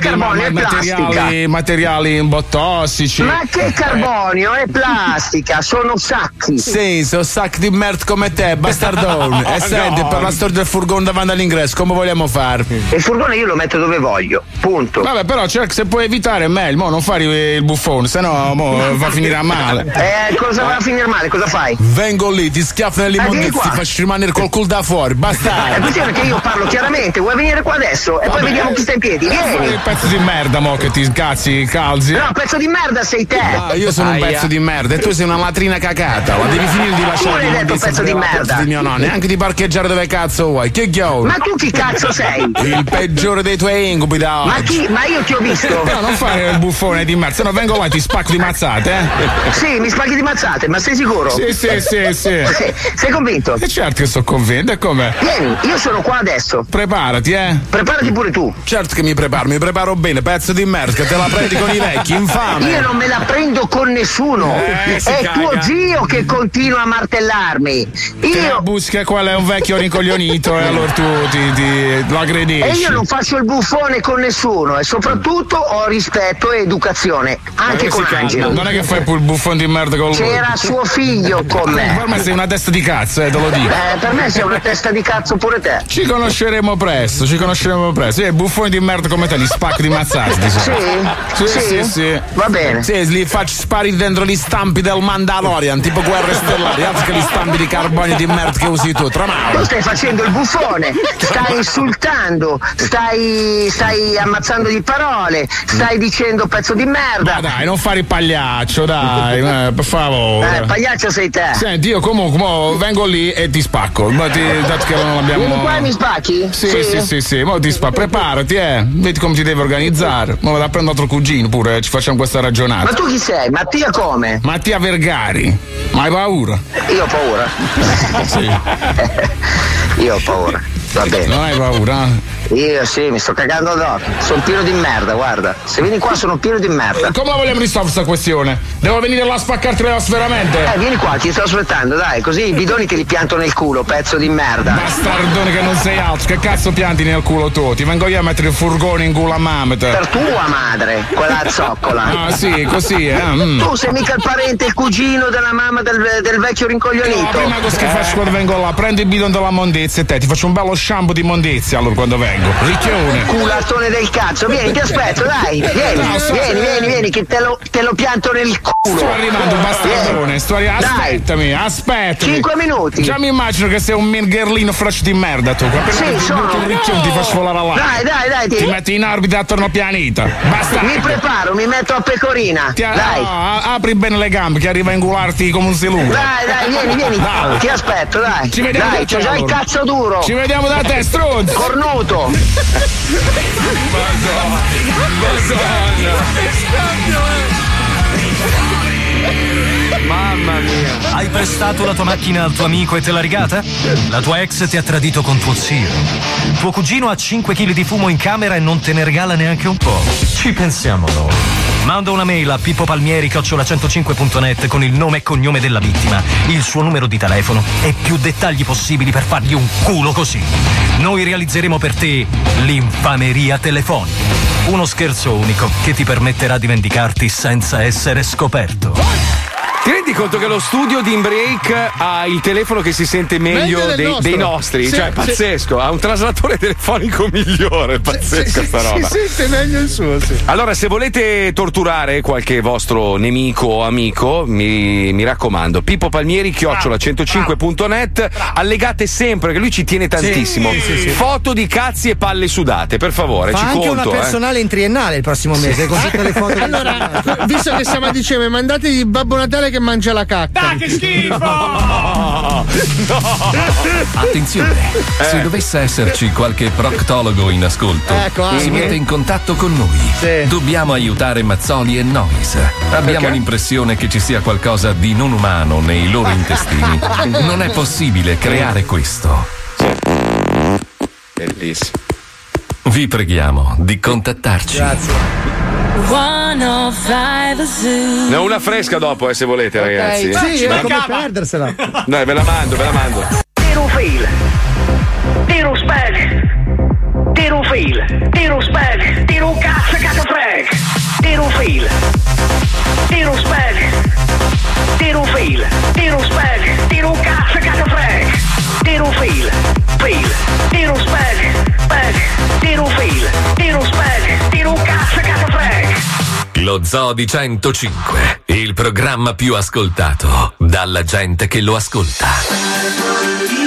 di materiali un po' tossici. Ma che carbonio? È plastica, sono sacchi. Sì, sono sacchi di merda come te, bastardone. E senti, per la storia del furgone davanti all'ingresso, come vogliamo farmi? Il furgone io lo metto dove voglio, punto. Vabbè, però se puoi evitare è meglio, non fare il buffone, sennò va a finire a male. Cosa va a finire male? Cosa fai? Vengo lì, ti schiaffo nell'immondizia, ti faccio rimanere col culo da fuori, basta. È questione che io parlo chiaramente, vuoi venire qua adesso? E poi vediamo chi sta in piedi, vieni. Il pezzo di merda, mo, che ti incazzi, calzi. No, pezzo di merda sei te. Io sono un pezzo di merda e tu sei una latrina cacata, ma devi finire di lasciare tu hai detto pezzo di merda di mio nonno, e anche di parcheggiare dove cazzo vuoi. Che ghiolo? Ma tu chi cazzo sei? Il peggiore dei tuoi incubi da oggi. Ma io ti ho visto. Però non fare il buffone di merda, se no vengo là e ti spacco di mazzate, Sì, mi spacchi di mazzate, ma sei sicuro? Sì. Sei convinto? E certo che sono convinto, e com'è? Vieni, io sono qua adesso. Preparati, Preparati pure tu. Certo che mi preparo bene, pezzo di merda, che te la prendi con i vecchi, infame. Io non me la prendo con nessuno. È tuo zio che continua a martellarmi. Io busca quello è un vecchio rincoglionito e allora tu lo aggredisci. E io non faccio il buffone con nessuno e soprattutto ho rispetto e educazione, anche con Angelo. Non è che fai pure il buffone di merda con lui. C'era suo figlio con me. Per me sei una testa di cazzo, te lo dico. Per me sei una testa di cazzo pure te. Ci conosceremo presto. Io buffoni di merda come te li spacco di mazzate. Sì. Va bene. Sì, li faccio spari dentro gli stampi del Mandalorian, tipo Guerre Stellari, altro che gli stampi di carbonio di merda che usi tu. Tu stai facendo il buffone, stai insultando, stai ammazzando di parole, stai dicendo pezzo di merda. Ma dai, non fare il pagliaccio, dai, per favore. Pagliaccio sei te. Senti, io comunque vengo lì e ti spacco. Dato che non abbiamo. Vieni qua e mi spacchi? Sì. Mo ti spacco. Preparati, vedi come ti devi organizzare. Mo vado a prendere altro cugino pure, ci facciamo questa ragionata. Ma tu chi sei? Mattia come? Mattia Vergari. Ma hai paura? Io ho paura. Sì. Io ho paura. Va bene. Non hai paura? Io sì, mi sto cagando addosso. Sono pieno di merda, guarda. Se vieni qua sono pieno di merda. Come la vogliamo risolvere questa questione? Devo venire là a spaccarti le ossa veramente? Vieni qua, ti sto aspettando, dai, così i bidoni te li pianto nel culo, pezzo di merda. Bastardone che non sei altro, che cazzo pianti nel culo tu? Ti vengo io a mettere il furgone in culo a mamma. Per tua madre, quella zoccola. Ah sì, così, Tu sei mica il parente, il cugino della mamma del vecchio rincoglionito. La prima cosa che faccio quando vengo là, prendo il bidone della mondezia e ti faccio un bello shampoo di mondezia allora quando vengo. Ricchione. Culatone del cazzo, vieni, ti aspetto, dai, vieni, che te lo pianto nel culo. Sto arrivando, bastardone, aspettami. 5 minuti. Già mi immagino che sei un mirgherlino fraccio di merda tu. Sì, sono. Un ricchione ti faccio volare là. Dai. Ti metti in orbita attorno al pianeta. Basta. Mi preparo, mi metto a pecorina. Dai. Apri bene le gambe che arriva a ingularti come un siluro. Dai, vieni. Dai. Ti aspetto, dai. Ci vediamo dai, c'ho già il cazzo duro. Ci vediamo da te, stronzo. Cornuto. Mamma mia. Hai prestato la tua macchina al tuo amico e te l'ha rigata? La tua ex ti ha tradito con tuo zio. Tuo cugino ha 5 kg di fumo in camera e non te ne regala neanche un po'. Ci pensiamo noi. Manda una mail a pippopalmieri@105.net con il nome e cognome della vittima, il suo numero di telefono e più dettagli possibili per fargli un culo così. Noi realizzeremo per te l'infameria telefonica. Uno scherzo unico che ti permetterà di vendicarti senza essere scoperto. Ti rendi conto che lo studio di In Break ha il telefono che si sente meglio dei nostri? Sì, cioè, è pazzesco, sì. Ha un traslatore telefonico migliore, è pazzesca sta roba. Si sente meglio il suo, sì. Allora, se volete torturare qualche vostro nemico o amico, mi raccomando, Pippo Palmieri @105.net, allegate sempre, che lui ci tiene tantissimo. Sì. Foto di cazzi e palle sudate, per favore, Fa ci anche conto. una personale in triennale il prossimo mese, con tutte le foto. Allora, visto che siamo a dicembre, mandategli Babbo Natale che mangia la cacca. Dai, che schifo! No. Attenzione, se dovesse esserci qualche proctologo in ascolto, si mette in contatto con noi. Sì. Dobbiamo aiutare Mazzoli e Nois. Abbiamo l'impressione che ci sia qualcosa di non umano nei loro intestini. Non è possibile creare questo. Bellissimo. vi preghiamo di contattarci. Ne ho una fresca dopo, se volete, ragazzi. Sì, come perdersela. Dai, ve la mando. Tiro fil, tiro spag, tiro fil, tiro spag, tiro cazzo freg, tiro fil, tiro spag, tiro fil, tiro spag, tiro cazzo freg, tiro fil, tiro spag, tiro fil, tiro spag, tiro cazzo freg. Lo Zoo di 105, il programma più ascoltato dalla gente che lo ascolta.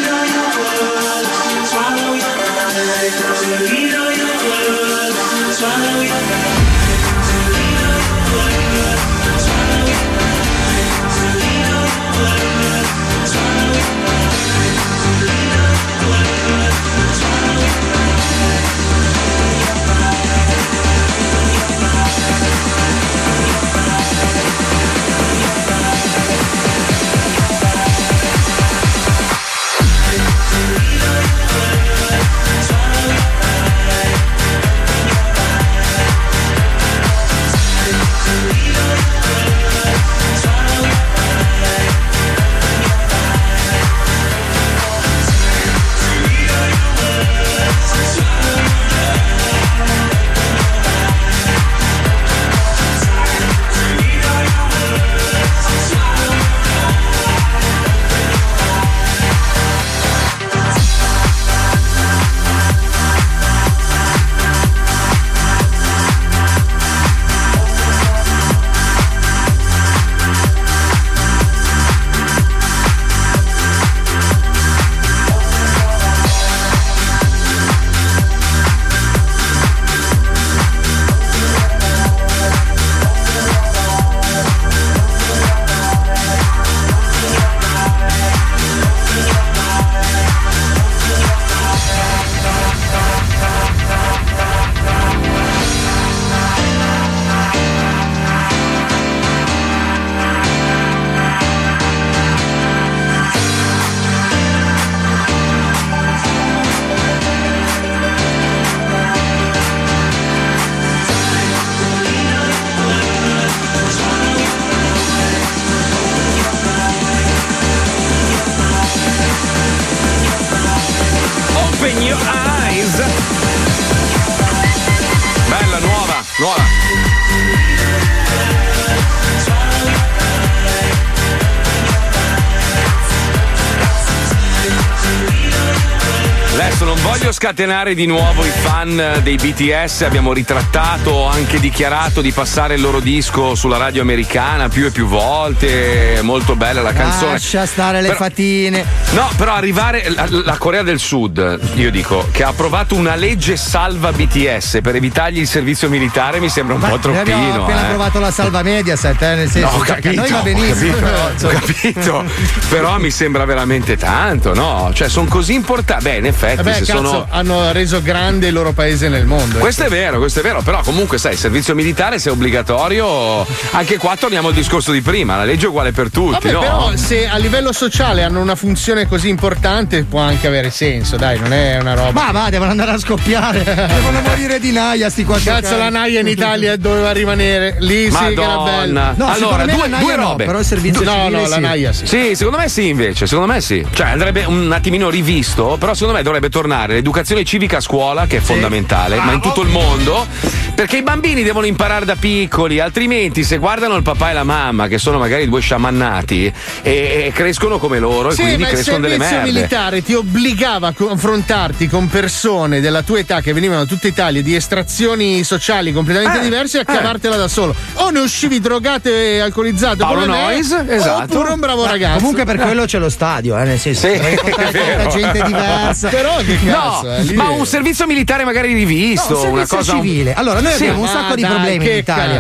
Scatenare di nuovo i fan dei BTS, abbiamo ritrattato, ho anche dichiarato di passare il loro disco sulla radio americana più e più volte, molto bella la canzone. Lascia stare le fatine. No, però arrivare la Corea del Sud, io dico, che ha approvato una legge salva BTS per evitargli il servizio militare, mi sembra un po' troppino. Abbiamo appena approvato la salva Mediaset, nel senso no, che a noi va benissimo. Ho capito, però mi sembra veramente tanto, no? Cioè, sono così importanti. Beh, in effetti, se cazzo, sono. Hanno reso grande il loro paese nel mondo. Questo è vero, però comunque sai, il servizio militare se è obbligatorio, anche qua torniamo al discorso di prima, la legge è uguale per tutti. Vabbè, no? Però se a livello sociale hanno una funzione così importante può anche avere senso, dai, non è una roba. Ma va, devono andare a scoppiare, devono morire di naia sti qua. Cazzo, la naia in Italia doveva rimanere lì, Madonna. sì che era bello. No, allora, due robe. No, però il servizio civile no, la naia sì. Sì, secondo me sì, invece, secondo me sì. Cioè andrebbe un attimino rivisto, però secondo me dovrebbe tornare l'educazione civica a scuola, che è fondamentale, ma in tutto il mondo, perché i bambini devono imparare da piccoli, altrimenti se guardano il papà e la mamma, che sono magari due sciamannati, e crescono come loro, e quindi crescono delle merde. Il servizio militare ti obbligava a confrontarti con persone della tua età che venivano da tutta Italia, di estrazioni sociali completamente diverse, e a cavartela da solo. O ne uscivi drogato e alcolizzato Paolo come Noyes, me, esatto. Oppure un bravo ragazzo. Comunque per quello c'è lo stadio, nel senso sì, che tanta gente diversa. Però che cazzo, ma un servizio militare magari rivisto, un una servizio cosa civile. Allora, noi abbiamo un sacco di problemi in Italia.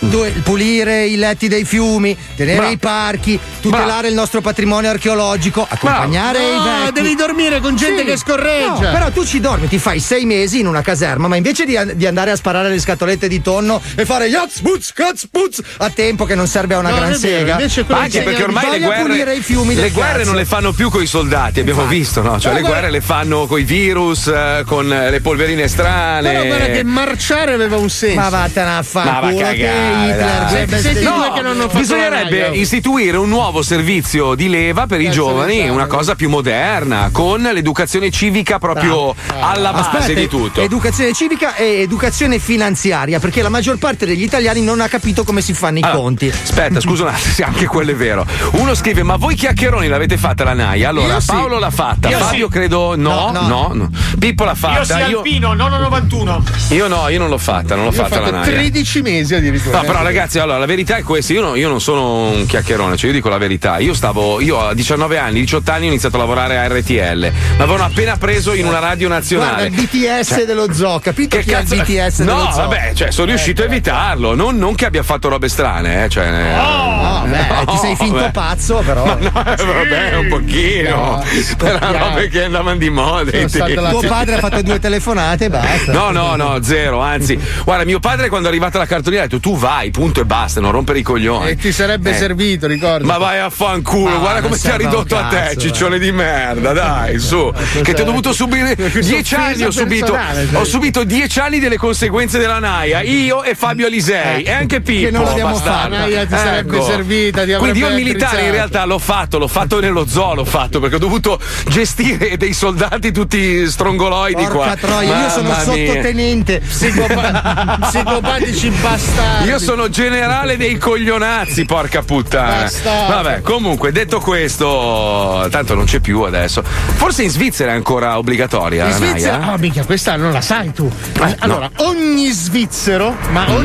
pulire i letti dei fiumi, tenere i parchi, tutelare il nostro patrimonio archeologico, accompagnare i vecchi. Devi dormire con gente che scorreggia. No, però tu ci dormi, ti fai 6 mesi in una caserma, ma invece di andare a sparare le scatolette di tonno e fare yats putz a tempo che non serve a una gran sega. Anche perché ormai le guerre non le fanno più con i soldati, abbiamo visto, no? Cioè le guerre le fanno con i virus, con le polverine strane. Però guarda che marciare aveva un senso. Ma vattene a fare culo che Hitler bisognerebbe istituire un nuovo servizio di leva per i giovani, una cosa più moderna, con l'educazione civica proprio alla base di tutto. Educazione civica e educazione finanziaria, perché la maggior parte degli italiani non ha capito come si fanno i conti. Aspetta, scusa un attimo, anche quello è vero. Uno scrive: ma voi chiacchieroni l'avete fatta la Naia? Allora, Paolo l'ha fatta, Fabio credo no. Pippo l'ha fatta. Io Alpino, nonno 91. Io non l'ho fatta, non l'ho fatta la Naia. 13 mesi addirittura. No, però ragazzi, allora la verità è questa, io non sono un chiacchierone, cioè io dico la verità. Io a 19 anni, 18 anni ho iniziato a lavorare a RTL. Mi avevano appena preso in una radio nazionale. Guarda, il BTS dello zoo, capito chi è il BTS dello zoo? No, vabbè, cioè sono riuscito a evitarlo, non che abbia fatto robe strane, ti sei finto pazzo, però. Ma no, vabbè, un pochino. Erano robe che andavano di moda. Tuo padre ha fatto 2 telefonate e basta. No, zero, anzi. Guarda, mio padre quando è arrivata la cartolina ha detto: tu vai, punto e basta, non rompere i coglioni. E ti sarebbe servito, ricordo. Ma vai a fanculo, guarda come ti ha ridotto a te, ciccione di merda, dai, su. Che ti ho dovuto subire 10 anni, ho subito 10 anni delle conseguenze della Naia, io e Fabio Alisei, e anche Pippo. Che non l'abbiamo fatta. Naia ti sarebbe servita. Quindi io il militare in realtà l'ho fatto nello zoo, perché ho dovuto gestire dei soldati tutti strongoloidi. Porca troia, io sono sottotenente. Psicopatici bastardi. Io sono generale dei coglionazzi, porca puttana. Vabbè, comunque, detto questo, tanto non c'è più adesso. Forse in Svizzera è ancora obbligatoria. In Svizzera? Oh, minchia, questa non la sai tu. Allora, ogni svizzero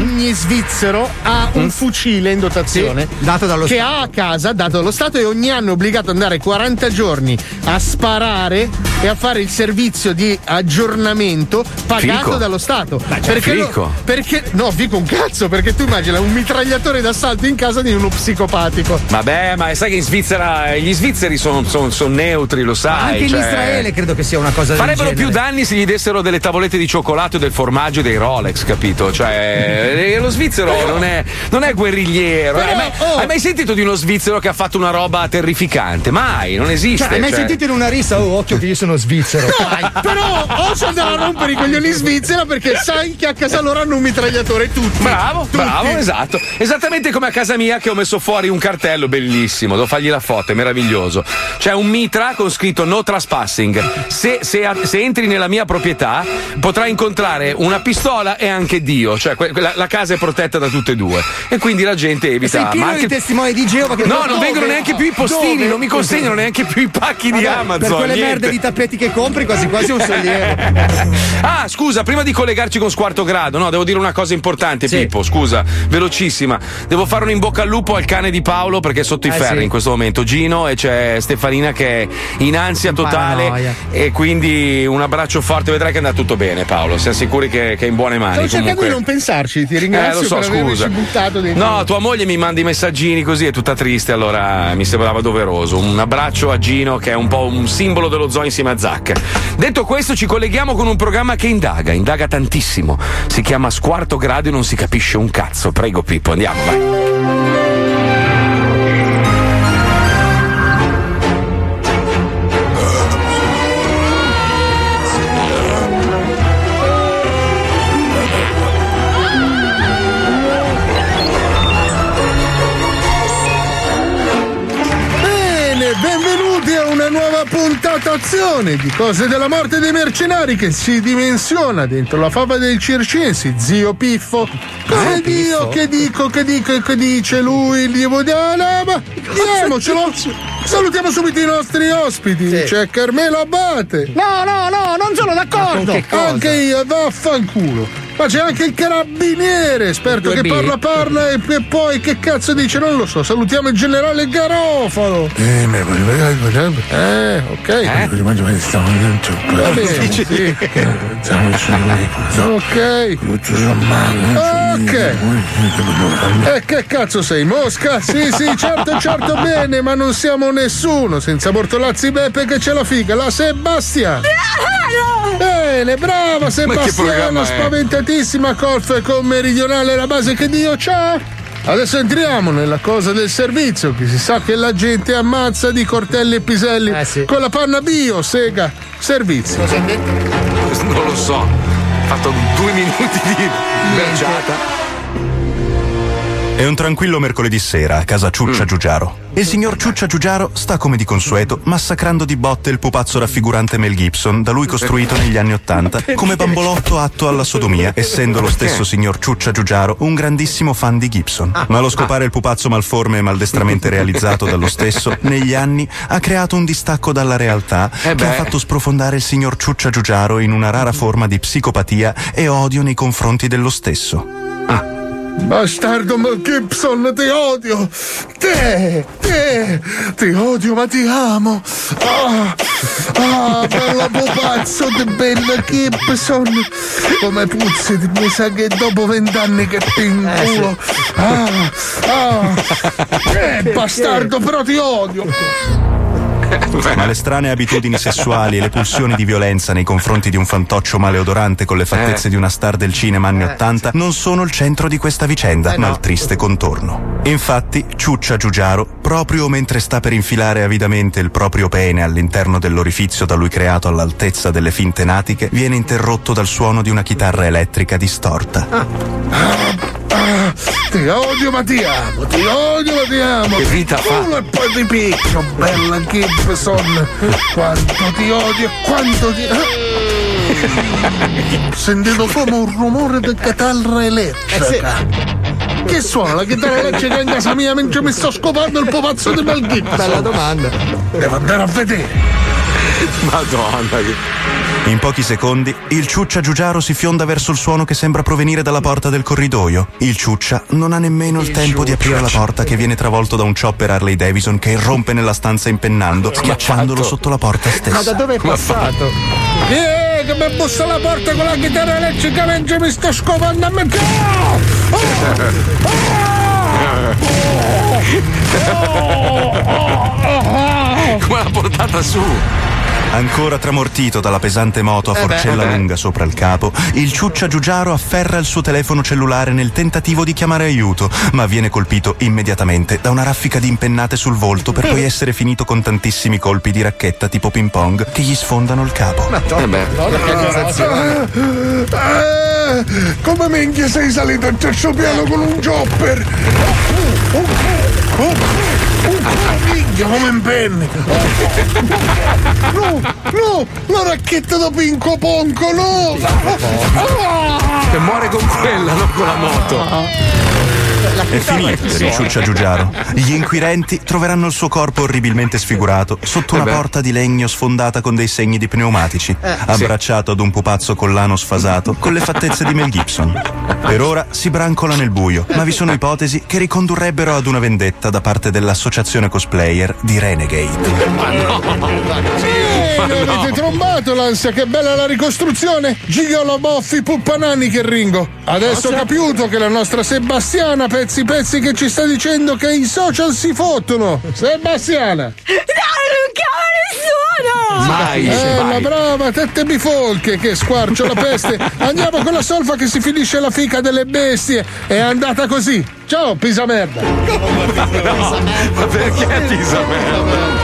ha un fucile in dotazione dato dallo che Stato. ha a casa, dato dallo Stato, e ogni anno è obbligato ad andare 40 giorni a sparare e a fare il servizio di aggiornamento pagato dallo Stato. Perché no, fico un cazzo, perché tu immagina un mitragliatore d'assalto in casa di uno psicopatico. Vabbè, ma sai che in Svizzera gli svizzeri sono neutri, lo sai. Ma anche in Israele credo che sia una cosa del farebbero genere. più danni se gli dessero delle tavolette di cioccolato e del formaggio e dei Rolex, capito? Cioè, lo svizzero non è guerrigliero. Hai mai sentito di uno svizzero che ha fatto una roba terrificante? Mai, non esiste. Hai mai sentito in una rissa? Oh, occhio che io sono svizzero. No, però o c'è da rompere i coglioni in Svizzera, perché sai che a casa loro hanno un mitragliatore tutti. Bravo, esatto. Esattamente come a casa mia, che ho messo fuori un cartello bellissimo, devo fargli la foto, è meraviglioso. C'è un mitra con scritto no trespassing. Se entri nella mia proprietà potrai incontrare una pistola e anche Dio, cioè la casa è protetta da tutte e due, e quindi la gente evita. Sei pieno di testimoni di Geova che non vengono neanche più i postini, non mi consegnano neanche più i pacchi di Amazon. Per quelle merde di tappeti che compri, quasi un sollievo. Ah, scusa, prima di collegarci con Squarto Grado, no, devo dire una cosa importante, Pippo, scusa, velocissima. Devo fare un in bocca al lupo al cane di Paolo, perché è sotto i ferri in questo momento, Gino, e c'è Stefanina che è in ansia totale. Paranoia. E quindi un abbraccio forte, vedrai che andrà tutto bene, Paolo. Siamo sicuri che è in buone mani. Sto cercando di non pensarci, ti ringrazio lo so, per averci buttato dentro. No, tua moglie mi manda i messaggini così, è tutta triste, allora mi sembrava doveroso. Un abbraccio a Gino, che è un po' un simbolo dello zoo insieme a Zac. Detto questo, ci colleghiamo con un programma che indaga tantissimo. Si chiama Squarto Grado e non si capisce un cazzo. Prego Pippo, andiamo, vai. Puntazione di Cose della morte dei mercenari, che si dimensiona dentro la fava del Circensi, zio Piffo. Come Dio, che dice lui, il divo di Alaba. Diamocelo. Salutiamo subito i nostri ospiti. C'è Carmelo Abate. No, non sono d'accordo. Anche io, vaffanculo. Ma c'è anche il carabiniere, esperto che parla e poi che cazzo dice? Non lo so, salutiamo il generale Garofalo. Ok. Va bene, sì. Ok. E che cazzo sei, Mosca? Sì, certo, bene, ma non siamo nessuno senza Bortolazzi Beppe che c'è la figa, la Sebastiana. Bene, brava Sebastiana, spaventatissima, Colf con Meridionale, la base che Dio c'ha. Adesso entriamo nella cosa del servizio, che si sa che la gente ammazza di cortelli e piselli con la panna bio, sega, servizio. Non lo so, ho fatto 2 minuti di berciata. È un tranquillo mercoledì sera a casa Ciuccia Giugiaro. Il signor Ciuccia Giugiaro sta, come di consueto, massacrando di botte il pupazzo raffigurante Mel Gibson, da lui costruito negli anni '80 come bambolotto atto alla sodomia, essendo lo stesso signor Ciuccia Giugiaro un grandissimo fan di Gibson. Ma lo scopare il pupazzo malforme e maldestramente realizzato dallo stesso, negli anni, ha creato un distacco dalla realtà che ha fatto sprofondare il signor Ciuccia Giugiaro in una rara forma di psicopatia e odio nei confronti dello stesso. Bastardo Mel Gibson, ti odio! Ti odio, ma ti amo! Bella pupazzo di bella Gibson! Come puzzi, mi sa che dopo 20 anni che ti inculo! Bastardo, però ti odio! Ma le strane abitudini sessuali e le pulsioni di violenza nei confronti di un fantoccio maleodorante con le fattezze di una star del cinema anni '80 non sono il centro di questa vicenda, ma il triste contorno. Infatti, Ciuccia Giugiaro, proprio mentre sta per infilare avidamente il proprio pene all'interno dell'orifizio da lui creato all'altezza delle finte natiche, viene interrotto dal suono di una chitarra elettrica distorta. Ti odio, ma ti amo! Ti odio, ma ti amo! Che vita fa? E poi ti picchio, bella Gibson! Quanto ti odio e quanto ti... Ho sentito come un rumore di chitarra elettrica. Che suona la chitarra elettrica in casa mia mentre mi sto scopando il pupazzo di Mel Gibson? Bella domanda. Devo andare a vedere. Madonna. In pochi secondi, il Ciuccia Giugiaro si fionda verso il suono che sembra provenire dalla porta del corridoio. Il Ciuccia non ha nemmeno il tempo di aprire la porta, che viene travolto da un chopper Harley Davidson che irrompe nella stanza impennando, schiacciandolo sotto la porta stessa. Ma da dove è passato? Che mi bussa la porta con la chitarra elettrica mentre mi sto scopando a me. Come l'ha portata su? Ancora tramortito dalla pesante moto a forcella lunga sopra il capo, il Ciuccia Giugiaro afferra il suo telefono cellulare nel tentativo di chiamare aiuto, ma viene colpito immediatamente da una raffica di impennate sul volto, per poi essere finito con tantissimi colpi di racchetta tipo ping pong che gli sfondano il capo. Come minchia sei salito al terzo piano con un chopper? Minchia, come impenni! No, la racchetta da Pinco Ponco, no! Che muore con quella, non con la moto. È finito per il Ciuccia Giugiaro. Gli inquirenti troveranno il suo corpo orribilmente sfigurato sotto una porta di legno sfondata con dei segni di pneumatici, abbracciato ad un pupazzo collano sfasato con le fattezze di Mel Gibson. Per ora si brancola nel buio, ma vi sono ipotesi che ricondurrebbero ad una vendetta da parte dell'associazione cosplayer di Renegade. Avete trombato l'ansia, che bella la ricostruzione! Gigolo Boffi Puppanani che ringo! Adesso ho capito che la nostra Sebastiana pezzi che ci sta dicendo che i social si fottono! Sebastiana! No, non chiamo nessuno! Mai! La brava tette bifolche che squarcio la peste! Andiamo con la solfa che si finisce la fica delle bestie! È andata così! Ciao, pisa merda! Ma perché pisa merda?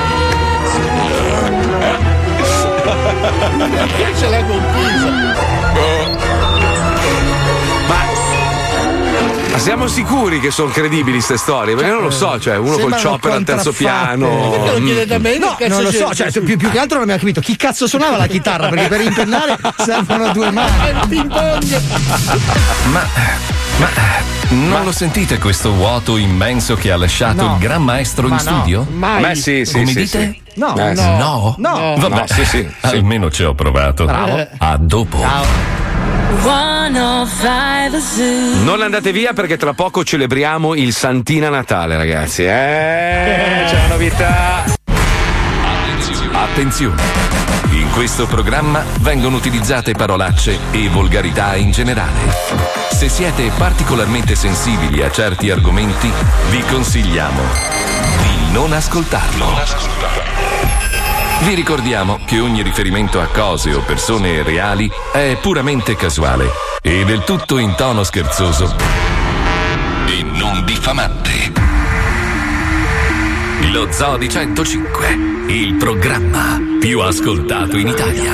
Perché ce l'ha con Pisa? Ma siamo sicuri che sono credibili queste storie? Perché non lo so, cioè uno col chopper al terzo piano. Perché lo chiedete a me? No, non lo so, cioè più che altro non abbiamo capito chi cazzo suonava la chitarra, perché per impennare servono 2 mani. Ping pong. Ma non lo sentite questo vuoto immenso che ha lasciato il gran maestro in studio? Mai. Beh, sì, come dite? Sì. No. No? No. Vabbè, No, sì. almeno ci ho provato. Bravo. A dopo. Ciao. 105 Zoo. Non andate via perché tra poco celebriamo il Santina Natale, ragazzi. C'è una novità. Attenzione! In questo programma vengono utilizzate parolacce e volgarità in generale. Se siete particolarmente sensibili a certi argomenti, vi consigliamo di non ascoltarlo. Vi ricordiamo che ogni riferimento a cose o persone reali è puramente casuale e del tutto in tono scherzoso e non diffamante. Lo Zoo di 105, il programma più ascoltato in Italia.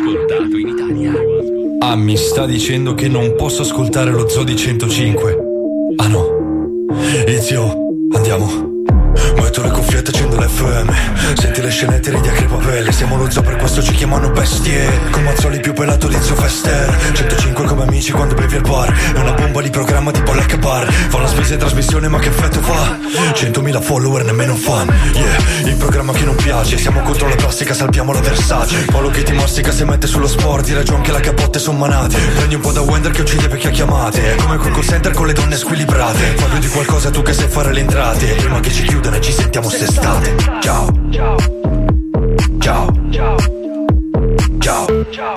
Ah, mi sta dicendo che non posso ascoltare lo Zoo di 105? Ah no. Zio, andiamo. Metto le cuffiette, accendo l'FM. Senti le scenette, ridi a crepapelle. Siamo lo zoo, per questo ci chiamano bestie. Con Mazzoli più pelato di Zio Fester. 105 come amici quando bevi al bar. È una bomba di programma tipo Lecca Bar. Fa una spesa in trasmissione ma che effetto fa? 100.000 follower, nemmeno fan. Yeah, il programma che non piace. Siamo contro la plastica, salviamo la Versace. Paolo che ti mastica se mette sullo sport. Di ragione che la capotte son manate. Prendi un po' da Wender che uccide vecchie chiamate. È come quel call center con le donne squilibrate. Fallo di qualcosa tu che sai fare le entrate. Prima che ci chiudano e ci sentiamo st'estate. Ciao. Ciao. Ciao. Ciao.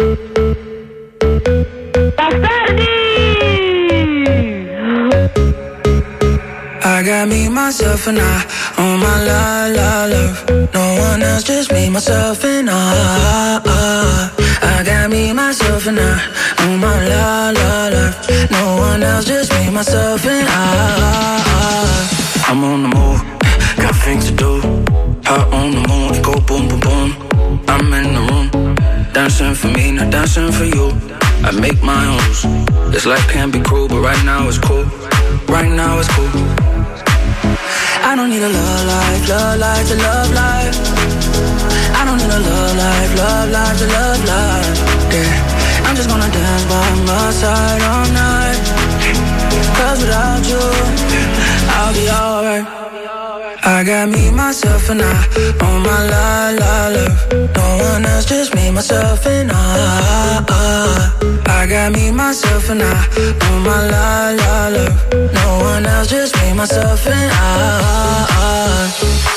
I got me, myself, and I on my love. No one else, just me, myself, and I. I got me, myself, and I on my love. No one else, just me, myself, and I. I'm on the move, got things to do. Hot on the moon, go boom, boom, boom. I'm in the room, dancing for me, not dancing for you. I make my own rules. This life can be cruel, but right now it's cool. Right now it's cool. I don't need a love life to love life. I don't need a love life to love life. Yeah, I'm just gonna dance by my side all night. Cause without you, I'll be alright. I got me, myself, and I on my love. No one else, just me, myself, and I. I got me, myself, and I on my love. No one else, just me, myself, and I.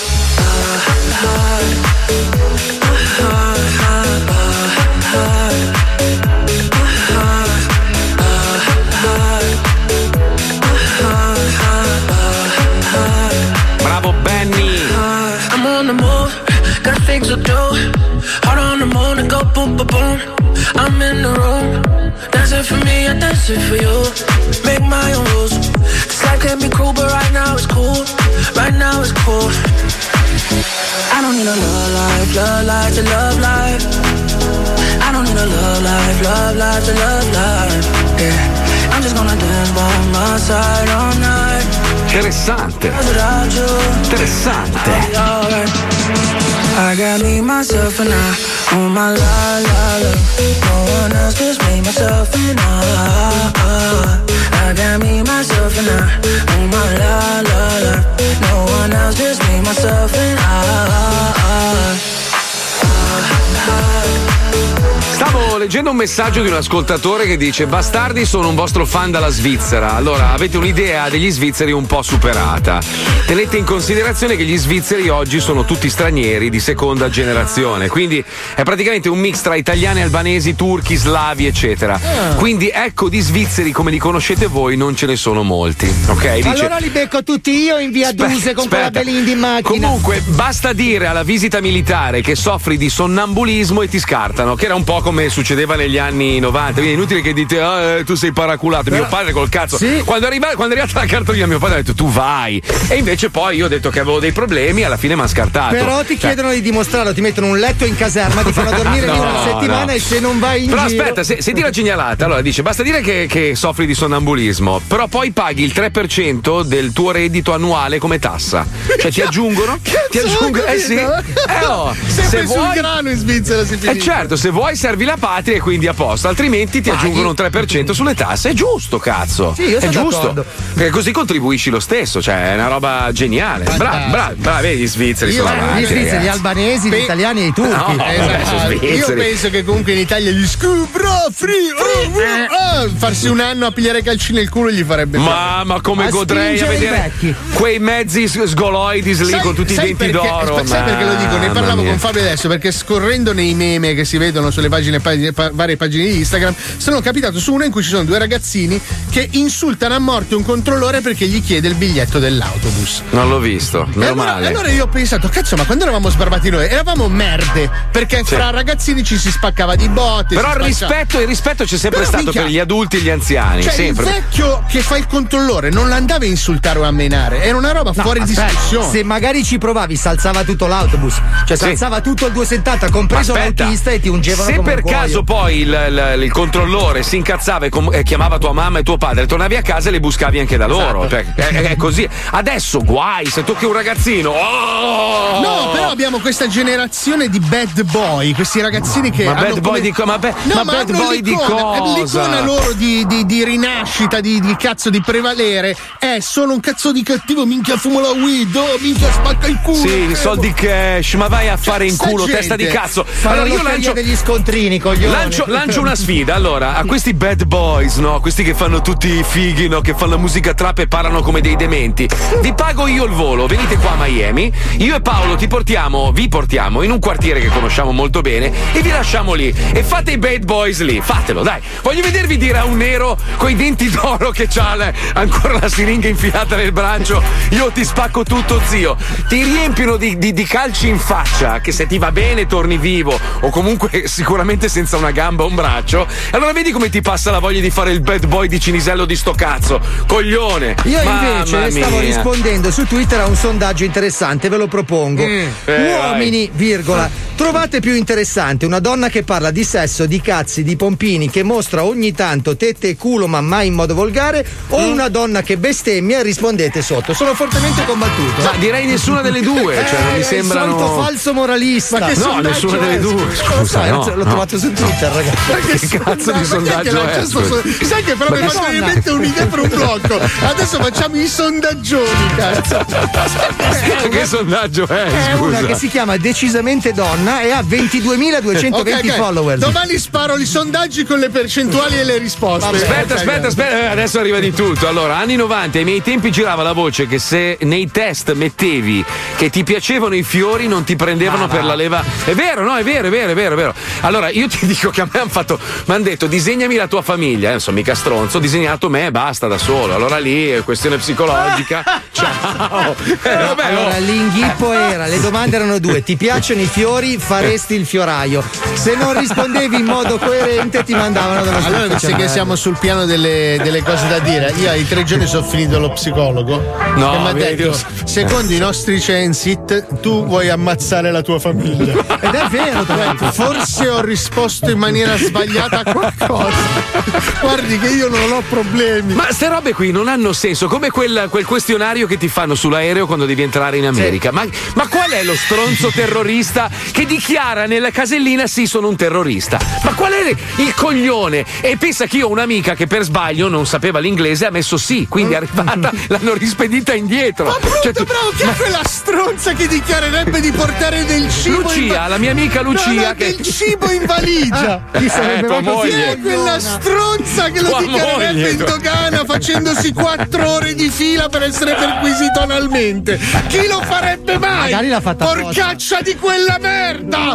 Bravo Benny. I'm on the move, got things to do. Hard on the moon and go boom, boom, boom. I'm in the room, dancing for me, I dance it for you. Make my own rules. This life can be cruel, but right now it's cool. Right now it's cool. I don't need a love life to love life. I don't need a love life to love life. Yeah, I'm just gonna dance by my side all night. Interessante. Interessante. I got me, myself, and I on my love. No one else, just me, myself, and I. I got me, myself, and I on my love. No one else, just me, myself, and I. Stavo leggendo un messaggio di un ascoltatore che dice: bastardi, sono un vostro fan dalla Svizzera. Allora, avete un'idea degli svizzeri un po' superata. Tenete in considerazione che gli svizzeri oggi sono tutti stranieri di seconda generazione, quindi è praticamente un mix tra italiani, albanesi, turchi, slavi, eccetera. Quindi ecco, di svizzeri come li conoscete voi non ce ne sono molti, ok? Dice, allora li becco tutti io in via Duse con quella Belinda in macchina. Comunque, basta dire alla visita militare che soffri di sonnambulismo e ti scartano, che era un po' come succedeva negli anni 90. Quindi è inutile che dite tu sei paraculato. Mio padre col cazzo. Sì. Quando è arrivata la cartolina, mio padre ha detto tu vai. E invece poi io ho detto che avevo dei problemi, alla fine mi ha scartato. Però ti chiedono di dimostrarlo, ti mettono un letto in caserma, ti fanno dormire lì una settimana e se non vai in Però giro... aspetta, senti la genialata. Allora dice: basta dire che soffri di sonnambulismo, però poi paghi il 3% del tuo reddito annuale come tassa. Cioè ti aggiungono. Sì. Se vuoi sul grano in Svizzera si finisce. Certo, se vuoi servi la patria patria e quindi a posto, altrimenti ti aggiungono un 3% sulle tasse. È giusto, cazzo. Sì, io è sono giusto. d'accordo. Perché così contribuisci lo stesso, cioè è una roba geniale. Bravi, vedi, gli svizzeri sono avanti, gli svizzeri, ragazzi. gli albanesi, gli italiani e i turchi. No, Esatto. Io penso che comunque in Italia gli farsi un anno a pigliare calci nel culo gli farebbe ma come godrei a vedere quei mezzi sgoloidi lì con tutti i denti d'oro. Sai perché lo dico? Ne parlavo con Fabio adesso, perché scorrendo nei meme che si vedono sulle varie pagine di Instagram, sono capitato su una in cui ci sono due ragazzini che insultano a morte un controllore perché gli chiede il biglietto dell'autobus. Non l'ho visto, meno male. Allora io ho pensato, cazzo, ma quando eravamo sbarbati noi eravamo merde, perché fra ragazzini ci si spaccava di botte. Però il rispetto c'è sempre stato per gli adulti e gli anziani. Cioè, sempre. Il vecchio che fa il controllore non l'andava a insultare o a menare, era una roba fuori discussione. Se magari ci provavi, si alzava tutto l'autobus, cioè si alzava tutto il 270, compreso l'autista, e ti ungevano se come per caso poi il controllore si incazzava e chiamava tua mamma e tuo padre, tornavi a casa e le buscavi anche da loro. Cioè, è così. Adesso guai se tocchi un ragazzino. Oh! No, però abbiamo questa generazione di bad boy, questi ragazzini che ma hanno bad boy di cosa? L'icona loro di rinascita, di cazzo di prevalere è sono un cazzo di cattivo, minchia fumo la weed, minchia spacca il culo. Sì, soldi cash, ma vai a fare in culo, gente, testa di cazzo. Allora io lancio degli scontrini, coglioni. Lancio una sfida, allora, a questi bad boys, no? Questi che fanno tutti i fighi, no? Che fanno musica trap e parlano come dei dementi. Vi pago io il volo, venite qua a Miami, io e Paolo vi portiamo in un quartiere che conosciamo molto bene e vi lasciamo lì e fate i bad boys lì, fatelo, dai. Voglio vedervi dire a un nero coi denti d'oro che c'ha ancora la siringa infilata nel braccio: io ti spacco tutto, zio. Ti riempiono di calci in faccia, che se ti va bene torni vivo o comunque sicuramente senza una gamba o un braccio. Allora vedi come ti passa la voglia di fare il bad boy di Cinisello di sto cazzo, coglione. Io invece stavo rispondendo su Twitter a un sondaggio interessante, ve lo propongo. Uomini, virgola, trovate più interessante una donna che parla di sesso, di cazzi, di pompini, che mostra ogni tanto tette e culo ma mai in modo volgare, o una donna che bestemmia? Rispondete sotto. Sono fortemente combattuto. Ma direi nessuna delle due, cioè non mi sembrano. Il solito falso moralista. Ma che no, nessuna delle due. Scusa, l'ho trovato su Twitter, ragazzi. Ma che cazzo di sondaggio è? Sai che però mi fa veramente un'idea per un blocco. Adesso facciamo i sondaggioni, cazzo. Che sondaggio è? È una che si chiama Decisamente Donna e ha 22.220 okay. followers. Domani sparo i sondaggi con le percentuali e le risposte. Aspetta, adesso arriva di tutto. Allora, anni 90, ai miei tempi girava la voce che se nei test mettevi che ti piacevano i fiori non ti prendevano per la leva. È vero, no? È vero. Allora, io ti dico che a me hanno detto disegnami la tua famiglia, non so, mica stronzo, ho disegnato me e basta da solo. Allora lì è questione psicologica. Ciao. Allora, l'inghippo era, le domande erano due: ti piacciono i fiori, faresti il fioraio? Se non rispondevi in modo coerente ti mandavano dallo Allora, visto che siamo sul piano delle cose da dire, io ai 3 giorni sono finito lo psicologo e mi ha detto: secondo i nostri censit tu vuoi ammazzare la tua famiglia. Ed è vero, forse ho risposto in maniera sbagliata a qualcosa. Guardi che io non ho problemi. Ma ste robe qui non hanno senso, come quel questionario che ti fanno sull'aereo quando devi entrare in America. Sì. Ma qual è lo stronzo terrorista che dichiara nella casellina sì, sono un terrorista? Ma qual è il coglione? E pensa che io ho un'amica che per sbaglio non sapeva l'inglese e ha messo sì, quindi è arrivata, l'hanno rispedita indietro. Ma brutto, bravo, chi è quella stronza che dichiarerebbe di portare del cibo? Lucia, la mia amica Lucia. No, del cibo in valigia. Chi è quella stronza che lo dichiarerebbe in dogana facendosi 4 ore di fila per essere perquisito analmente? Chi lo farebbe mai? Magari l'ha fatta porcaccia di quella merda!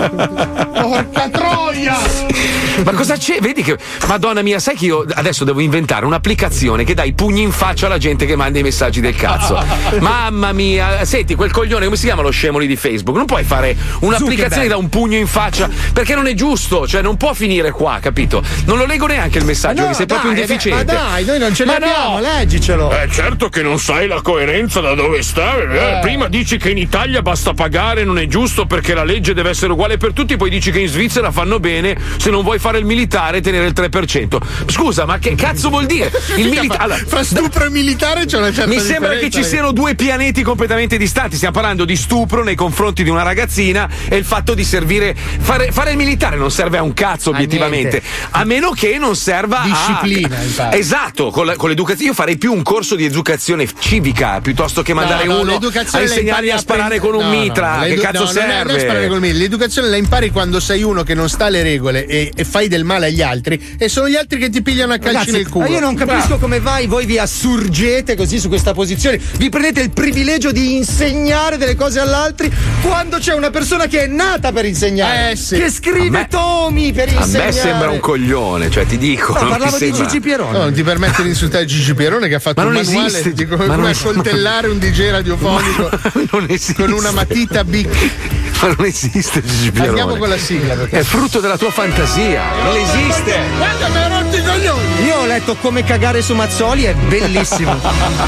Porca troia! Ma cosa c'è? Vedi che, Madonna mia, sai che io adesso devo inventare un'applicazione che dà i pugni in faccia alla gente che manda i messaggi del cazzo. Mamma mia, senti, quel coglione, come si chiama lo scemo lì di Facebook? Non puoi fare un'applicazione che dà un pugno in faccia, perché non è giusto, cioè non può finire qua, capito? Non lo leggo neanche il messaggio, che sei proprio un deficiente. Ma dai, noi non ce l'abbiamo, leggicelo. Certo che non sai la coerenza da dove sta. Prima dici che in Italia basta pagare, non è giusto perché la legge deve essere uguale per tutti, poi dici che in Svizzera fanno bene, se non vuoi fare il militare tenere il 3%. Scusa, ma che cazzo vuol dire? Il militare fra stupro e militare c'è una certa mi sembra che ci siano due pianeti completamente distanti. Stiamo parlando di stupro nei confronti di una ragazzina e il fatto di servire fare il militare non serve a un cazzo obiettivamente, a meno che non serva disciplina, a esatto, con l'educazione. Io farei più un corso di educazione civica piuttosto che mandare uno a insegnargli a sparare con un mitra. Che cazzo serve? Non è sparare con un mitra. L'educazione la impari quando sei uno che non sta alle regole e fai del male agli altri, e sono gli altri che ti pigliano a calci nel culo. Ma io non capisco come voi vi assurgete così su questa posizione, vi prendete il privilegio di insegnare delle cose all'altri quando c'è una persona che è nata per insegnare, che scrive tomi per insegnare. A me sembra un coglione, cioè ti dico. No, parlavo di Gigi Pierone. No, non ti permette di insultare Gigi Pierone che ha fatto un manuale di come accoltellare un DJ radiofonico con una matita big. Ma non esiste Gigi Pierone. Andiamo con la sigla perché è frutto della tua fantasia. Non esiste. Guarda, mi ha rotto i coglioni. Io ho letto Come cagare su Mazzoli, è bellissimo.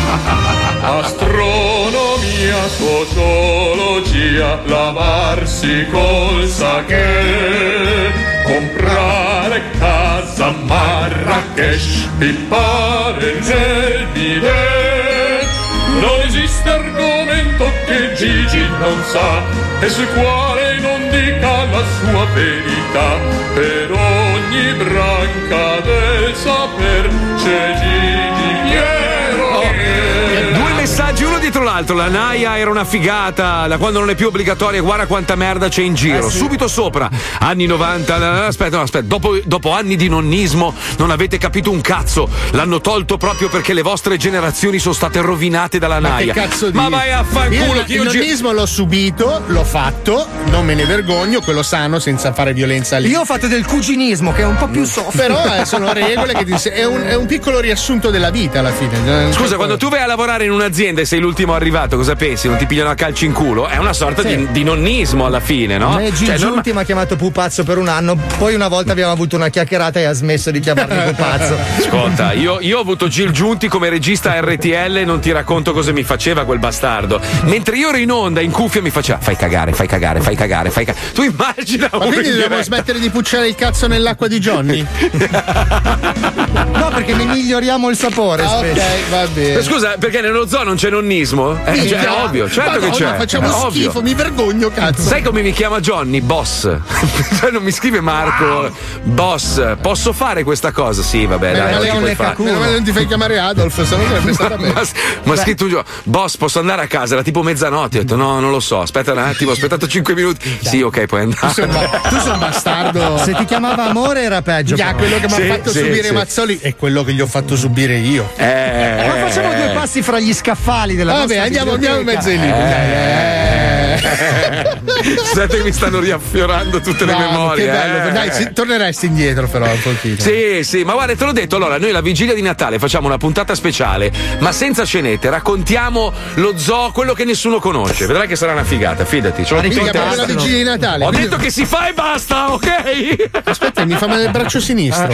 Astronomia, sociologia, lavarsi col sake, comprare casa a Marrakesh, pippare nel bidet. Non esiste argomento che Gigi non sa e sul quale non dica la sua verità. Per ogni branca del saper c'è Gigi Pierone. Due messaggi uno dietro l'altro. La Naia era una figata, da quando non è più obbligatoria, guarda quanta merda c'è in giro. Subito sopra, anni 90. Aspetta, dopo anni di nonnismo non avete capito un cazzo. L'hanno tolto proprio perché le vostre generazioni sono state rovinate dalla Naia. Che cazzo ma vai a fanculo. Il nonnismo l'ho subito, l'ho fatto, non me ne vergogno, quello sano, senza fare violenza lì. Io ho fatto del cuginismo che è un po' più soft. Però sono regole che è un piccolo riassunto della vita alla fine. Scusa, quando tu vai a lavorare in un'azienda e sei l'ultimo arrivato, cosa pensi? Non ti pigliano a calci in culo? È una sorta di nonnismo alla fine, no? Gigi Giunti mi ha chiamato pupazzo per un anno, poi una volta abbiamo avuto una chiacchierata e ha smesso di chiamarmi pupazzo. Ascolta, io ho avuto Gil Giunti come regista a RTL, non ti racconto cosa mi faceva quel bastardo. Mentre io ero in onda, in cuffia, mi faceva fai cagare. Tu immagina. Ma quindi dobbiamo smettere di pucciare il cazzo nell'acqua di Johnny? No, perché ne miglioriamo il sapore. Ok, va bene. Scusa, perché nello zoo non c'è nonnismo? Cioè, è ovvio, certo che c'è. Facciamo schifo, mi vergogno, cazzo. Sai come mi chiama Johnny? Boss. Cioè non mi scrive Marco. Boss, posso fare questa cosa? Sì, vabbè, dai. Non ti fai chiamare Adolf, se no sarebbe stata bene. Ma ha scritto un giorno, boss, posso andare a casa? Era tipo mezzanotte. Ho detto, no, non lo so, aspetta un attimo, ho aspettato 5 minuti. Sì, ok, puoi andare. Tu sei un bastardo. Se ti chiamava amore era peggio. Quello che mi ha fatto subire Mazzoli è quello che gli ho fatto subire io. Ma facciamo due passi fra gli scaffali della nostra andiamo in mezzo ai libri. Aspetta che mi stanno riaffiorando tutte le memorie. Che bello. Dai, torneresti indietro però un pochino. Sì, ma guarda, te l'ho detto, allora noi la vigilia di Natale facciamo una puntata speciale, ma senza scenette, raccontiamo lo zoo, quello che nessuno conosce. Vedrai che sarà una figata, fidati. La vigilia di Natale. Ho detto che si fa e basta, ok? Aspetta, mi fa male il braccio sinistro.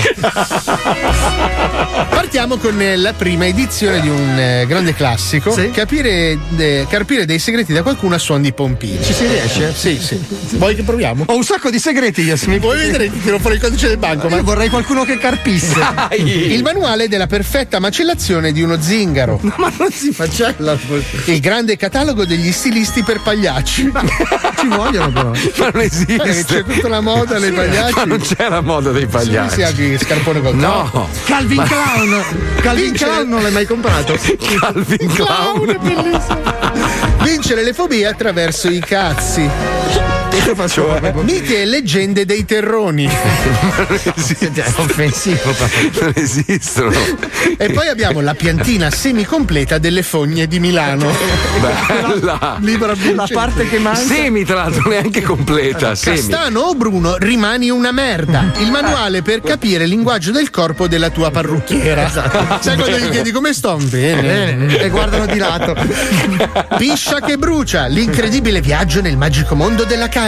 Partiamo con la prima edizione di un grande classico. Sì? Carpire dei segreti da qualcuno a suon di pompini. Ci si riesce? Sì. Vuoi che proviamo? Ho un sacco di segreti io. Se mi vuoi vedere, ti tiro fuori il codice del banco. Io vorrei qualcuno che carpisse. Dai. Il manuale della perfetta macellazione di uno zingaro. Ma non si macella. Il grande catalogo degli stilisti per pagliacci. Ci vogliono però. Ma non esiste. C'è tutta la moda dei pagliacci. Ma non c'è la moda dei pagliacci. Si ha il scarpone col no. Calvin Clown non l'hai mai comprato? Calvin Clown è bellissimo. Vincere le fobie attraverso i cazzi. Miti e leggende dei terroni. È offensivo. Non esistono. E poi abbiamo la piantina semicompleta delle fogne di Milano. Bella. La parte che manca. Semi, tra l'altro, neanche completa. Castano o Bruno, rimani una merda. Il manuale per capire il linguaggio del corpo della tua parrucchiera. Esatto. Sai quando gli chiedi come sto? Bene. E guardano di lato. Piscia che brucia, l'incredibile viaggio nel magico mondo della canna.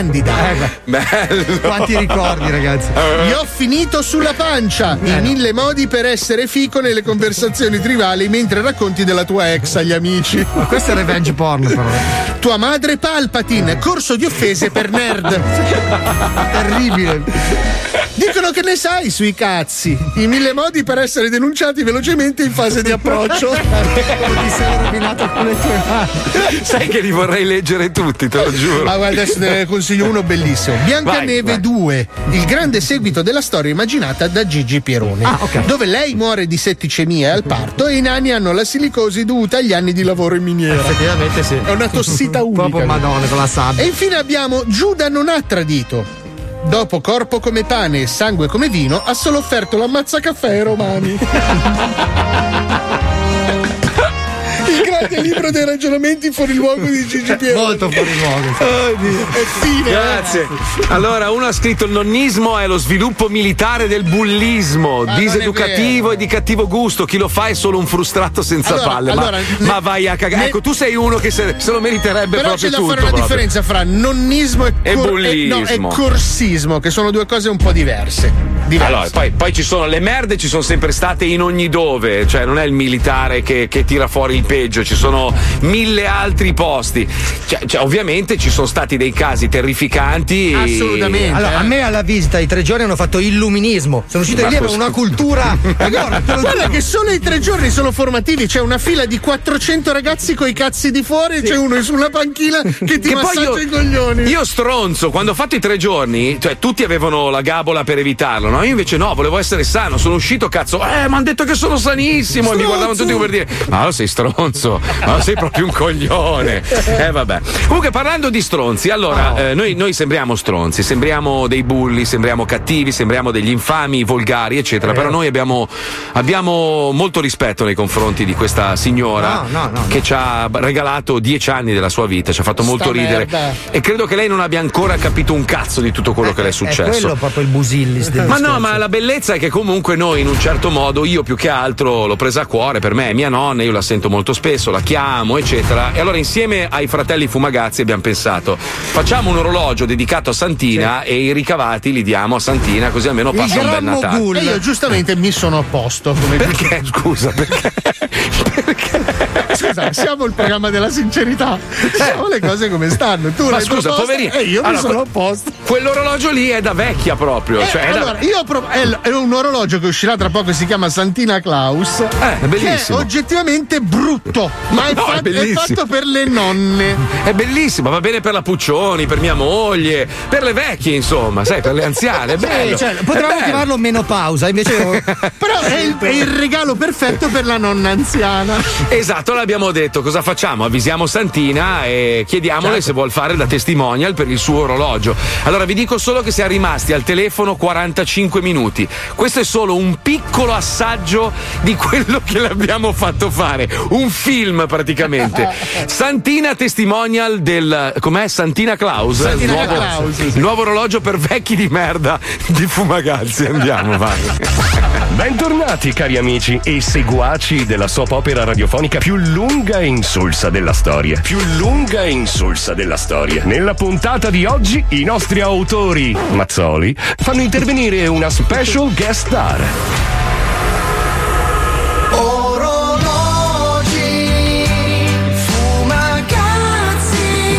candida. Bello. Quanti ricordi, ragazzi. Gli ho finito sulla pancia. I 1000 modi per essere fico nelle conversazioni trivali mentre racconti della tua ex agli amici. Ma questo è revenge porn, però. Tua madre Palpatine, corso di offese per nerd. Terribile. Dicono che ne sai sui cazzi. I 1000 modi per essere denunciati velocemente in fase di approccio. Ti sei rovinato con le tue mani. Sai che li vorrei leggere tutti, te lo giuro. Ma guarda, adesso te ne consiglio uno bellissimo. Biancaneve 2, il grande seguito della storia immaginata da Gigi Pierone. Okay. Dove lei muore di setticemia al parto e i nani hanno la silicosi dovuta agli anni di lavoro in miniera. Effettivamente sì. È una tossita unica. Proprio Madonna con la sabbia. E infine abbiamo Giuda non ha tradito. Dopo corpo come pane e sangue come vino, ha solo offerto l'ammazzacaffè ai romani. Il grande libro dei ragionamenti fuori luogo di Gigi Pierone. Molto fuori luogo. È fine. Grazie. Allora, uno ha scritto: il nonnismo è lo sviluppo militare del bullismo, diseducativo e di cattivo gusto. Chi lo fa è solo un frustrato senza palle. Ma vai a cagare. Ecco, tu sei uno che se lo meriterebbe però proprio c'è da tutto. fare una differenza fra nonnismo e bullismo. E corsismo, che sono due cose un po' diverse. Allora, poi ci sono le merde, ci sono sempre state in ogni dove, cioè non è il militare che tira fuori il peggio, ci sono 1000 altri posti. Cioè, ovviamente ci sono stati dei casi terrificanti. Assolutamente. Allora, a me alla visita i 3 giorni hanno fatto illuminismo. Sono uscito lì con una cultura. Guarda che solo i 3 giorni sono formativi. C'è una fila di 400 ragazzi coi cazzi di fuori e c'è uno sulla panchina che ti massaggia i coglioni. Io stronzo, quando ho fatto i 3 giorni, cioè tutti avevano la gabola per evitarlo, no? Io invece no, volevo essere sano, sono uscito, cazzo, mi hanno detto che sono sanissimo. E mi guardavano tutti per dire: ma lo sei stronzo, ma lo sei proprio un coglione. Vabbè. Comunque, parlando di stronzi, allora, noi sembriamo stronzi, sembriamo dei bulli, sembriamo cattivi, sembriamo degli infami, volgari, eccetera. Però noi abbiamo molto rispetto nei confronti di questa signora che ci ha regalato 10 anni della sua vita, ci ha fatto molto ridere. E credo che lei non abbia ancora capito un cazzo di tutto quello che le è successo. È quello proprio il busillis del Ma no, ma la bellezza è che comunque noi in un certo modo, io più che altro l'ho presa a cuore, per me è mia nonna, io la sento molto spesso, la chiamo, eccetera. E allora insieme ai fratelli Fumagazzi abbiamo pensato: facciamo un orologio dedicato a Santina e i ricavati li diamo a Santina, così almeno passa un bel Natale. E io giustamente mi sono opposto. Perché? Scusa, perché? Scusa, siamo il programma della sincerità. Diciamo le cose come stanno. Tu ma l'hai scusa, poverino. E io mi sono opposto. Quell'orologio lì è da vecchia proprio. Allora, è un orologio che uscirà tra poco, si chiama Santina Claus. È bellissimo. Che è oggettivamente brutto, ma è fatto per le nonne. È bellissimo, va bene per la Puccioni, per mia moglie, per le vecchie, insomma, sai, per le anziane. È bello. Cioè, potevamo chiamarlo menopausa, invece. Però è il regalo perfetto per la nonna anziana. Esatto, l'abbiamo detto, cosa facciamo? Avvisiamo Santina e chiediamole se vuol fare da testimonial per il suo orologio. Allora vi dico solo che siamo rimasti al telefono 45 minuti. Questo è solo un piccolo assaggio di quello che le abbiamo fatto fare. Un film praticamente. Santina testimonial del. Com'è? Santina Claus? Il nuovo orologio per vecchi di merda di Fumagazzi. Andiamo, vai. Bentornati cari amici e seguaci della soap opera radiofonica più lunga e insulsa della storia. Più lunga e insulsa della storia. Nella puntata di oggi i nostri autori Mazzoli fanno intervenire una special guest star. Orologi Fumagazzi.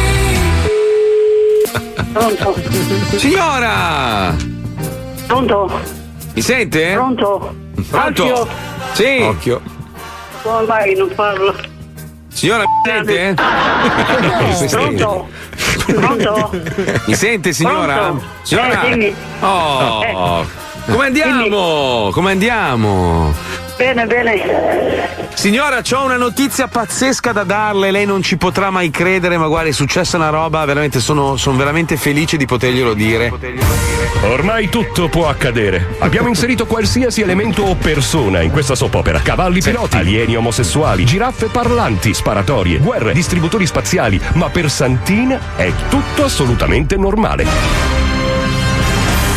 Pronto? Signora! Pronto? Mi sente? Pronto? Pronto? Occhio. Sì. Occhio. Come mai non parlo? Signora, mi sente? Pronto? Pronto? Mi sente, signora? Pronto? Signora? Dimmi. Oh. Come andiamo? Dimmi. Come andiamo? Bene, bene. Signora, c'ho una notizia pazzesca da darle, lei non ci potrà mai credere, ma guarda, è successa una roba, veramente sono veramente felice di poterglielo dire. Ormai tutto può accadere. Abbiamo inserito qualsiasi elemento o persona in questa soap opera. Cavalli piloti, alieni omosessuali, giraffe parlanti, sparatorie, guerre, distributori spaziali, ma per Santina è tutto assolutamente normale.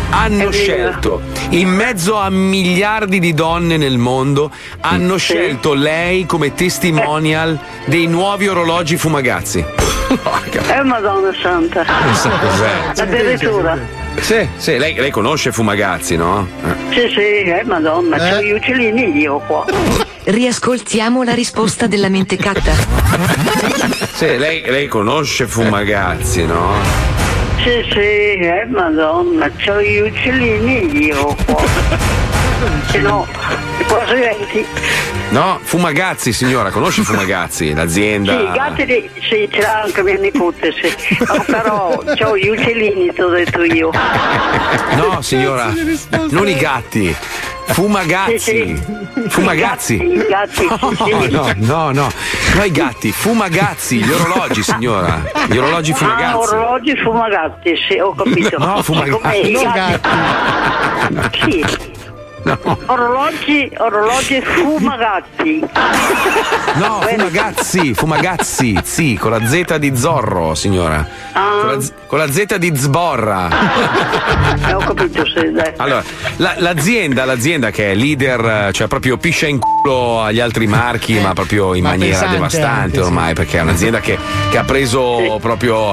hanno scelto, in mezzo a miliardi di donne nel mondo, hanno scelto lei come testimonial dei nuovi orologi Fumagazzi. Madonna santa. Cos'è? Addirittura. Sì, lei conosce Fumagazzi, no? Sì, madonna, c'ho gli uccellini io qua. Riascoltiamo la risposta della mentecatta. Sì, lei conosce Fumagazzi, no? Sì, madonna, c'ho gli uccellini io qua. Se no, cosa venti? No, Fumagazzi, signora, conosce Fumagazzi, l'azienda? Sì, i gatti sì, ce l'ha anche mia nipote, sì. Oh, però c'ho gli uccellini, ti ho detto io. No, signora, non i gatti. Fumagazzi. Sì. Fumagazzi. I gatti, No, i gatti, Fumagazzi, gli orologi, signora. Gli orologi Fumagazzi. Orologi Fumagazzi, sì, ho capito. No, Fumagazzi. No, gatti. Sì. No. Orologi Fumagazzi. No, Fumagazzi, sì, con la Z di Zorro, signora. Con la Z di Zborra. Ho capito, sì, dai. Allora, l'azienda che è leader, cioè proprio piscia in culo agli altri marchi, ma proprio in maniera devastante ormai, perché è un'azienda che ha preso proprio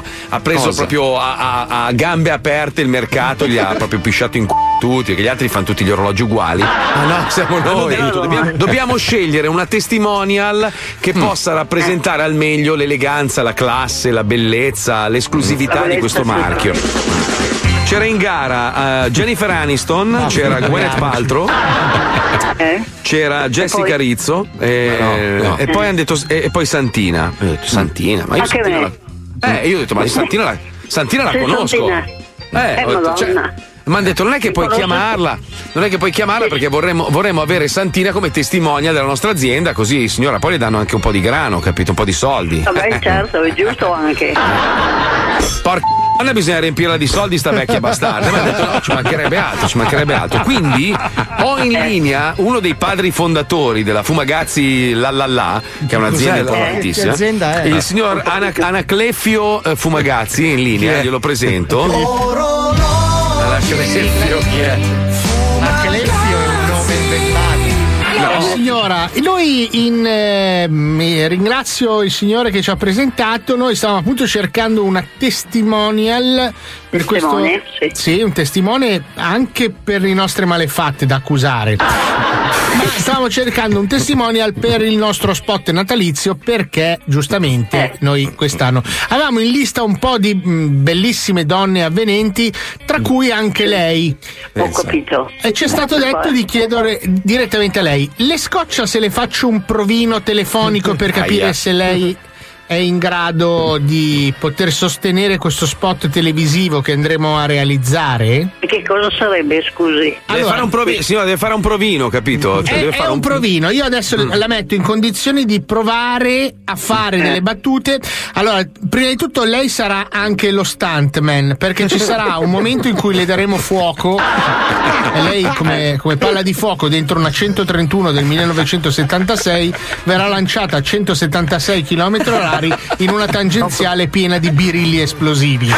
a gambe aperte il mercato, gli ha proprio pisciato in culo tutti, che gli altri fanno tutti gli orologi uguali. No, siamo noi. Dobbiamo scegliere una testimonial che possa rappresentare al meglio l'eleganza, la classe, la bellezza, l'esclusività di questo marchio. C'era in gara Jennifer Aniston, c'era Gwyneth Paltrow, c'era Jessica Rizzo e poi hanno detto e poi Santina. Santina, ma io Santina io ho detto, ma Santina la conosco. Mi hanno detto non è che puoi chiamarla perché vorremmo avere Santina come testimonia della nostra azienda, così signora poi le danno anche un po' di grano, capito? Un po' di soldi. Vabbè, certo, è giusto anche. Porca bisogna riempirla di soldi sta vecchia bastarda. Mi ha detto no, ci mancherebbe altro. Quindi ho in linea uno dei padri fondatori della Fumagazzi che è un'azienda importantissima. Che azienda è? Il signor Anaclefio Fumagazzi in linea, glielo presento. Anaclefio chi è? Anaclefio è un nome inventato. Signora, noi ringrazio il signore che ci ha presentato. Noi stavamo appunto cercando una testimonial per questo. Sì, un testimone anche per le nostre malefatte da accusare. Ma stavamo cercando un testimonial per il nostro spot natalizio, perché giustamente noi quest'anno avevamo in lista un po' di bellissime donne avvenenti, tra cui anche lei. Ho capito. E ci è stato detto di chiedere direttamente a lei: le scoccia se le faccio un provino telefonico per capire se lei è in grado di poter sostenere questo spot televisivo che andremo a realizzare? E che cosa sarebbe, scusi? Deve fare un provino, signora, deve fare un provino, capito? Cioè, deve fare un provino. Io adesso la metto in condizioni di provare a fare delle battute. Allora, prima di tutto lei sarà anche lo stuntman, perché ci sarà un momento in cui le daremo fuoco e lei come palla di fuoco dentro una 131 del 1976 verrà lanciata a 176 km/h in una tangenziale piena di birilli esplosivi.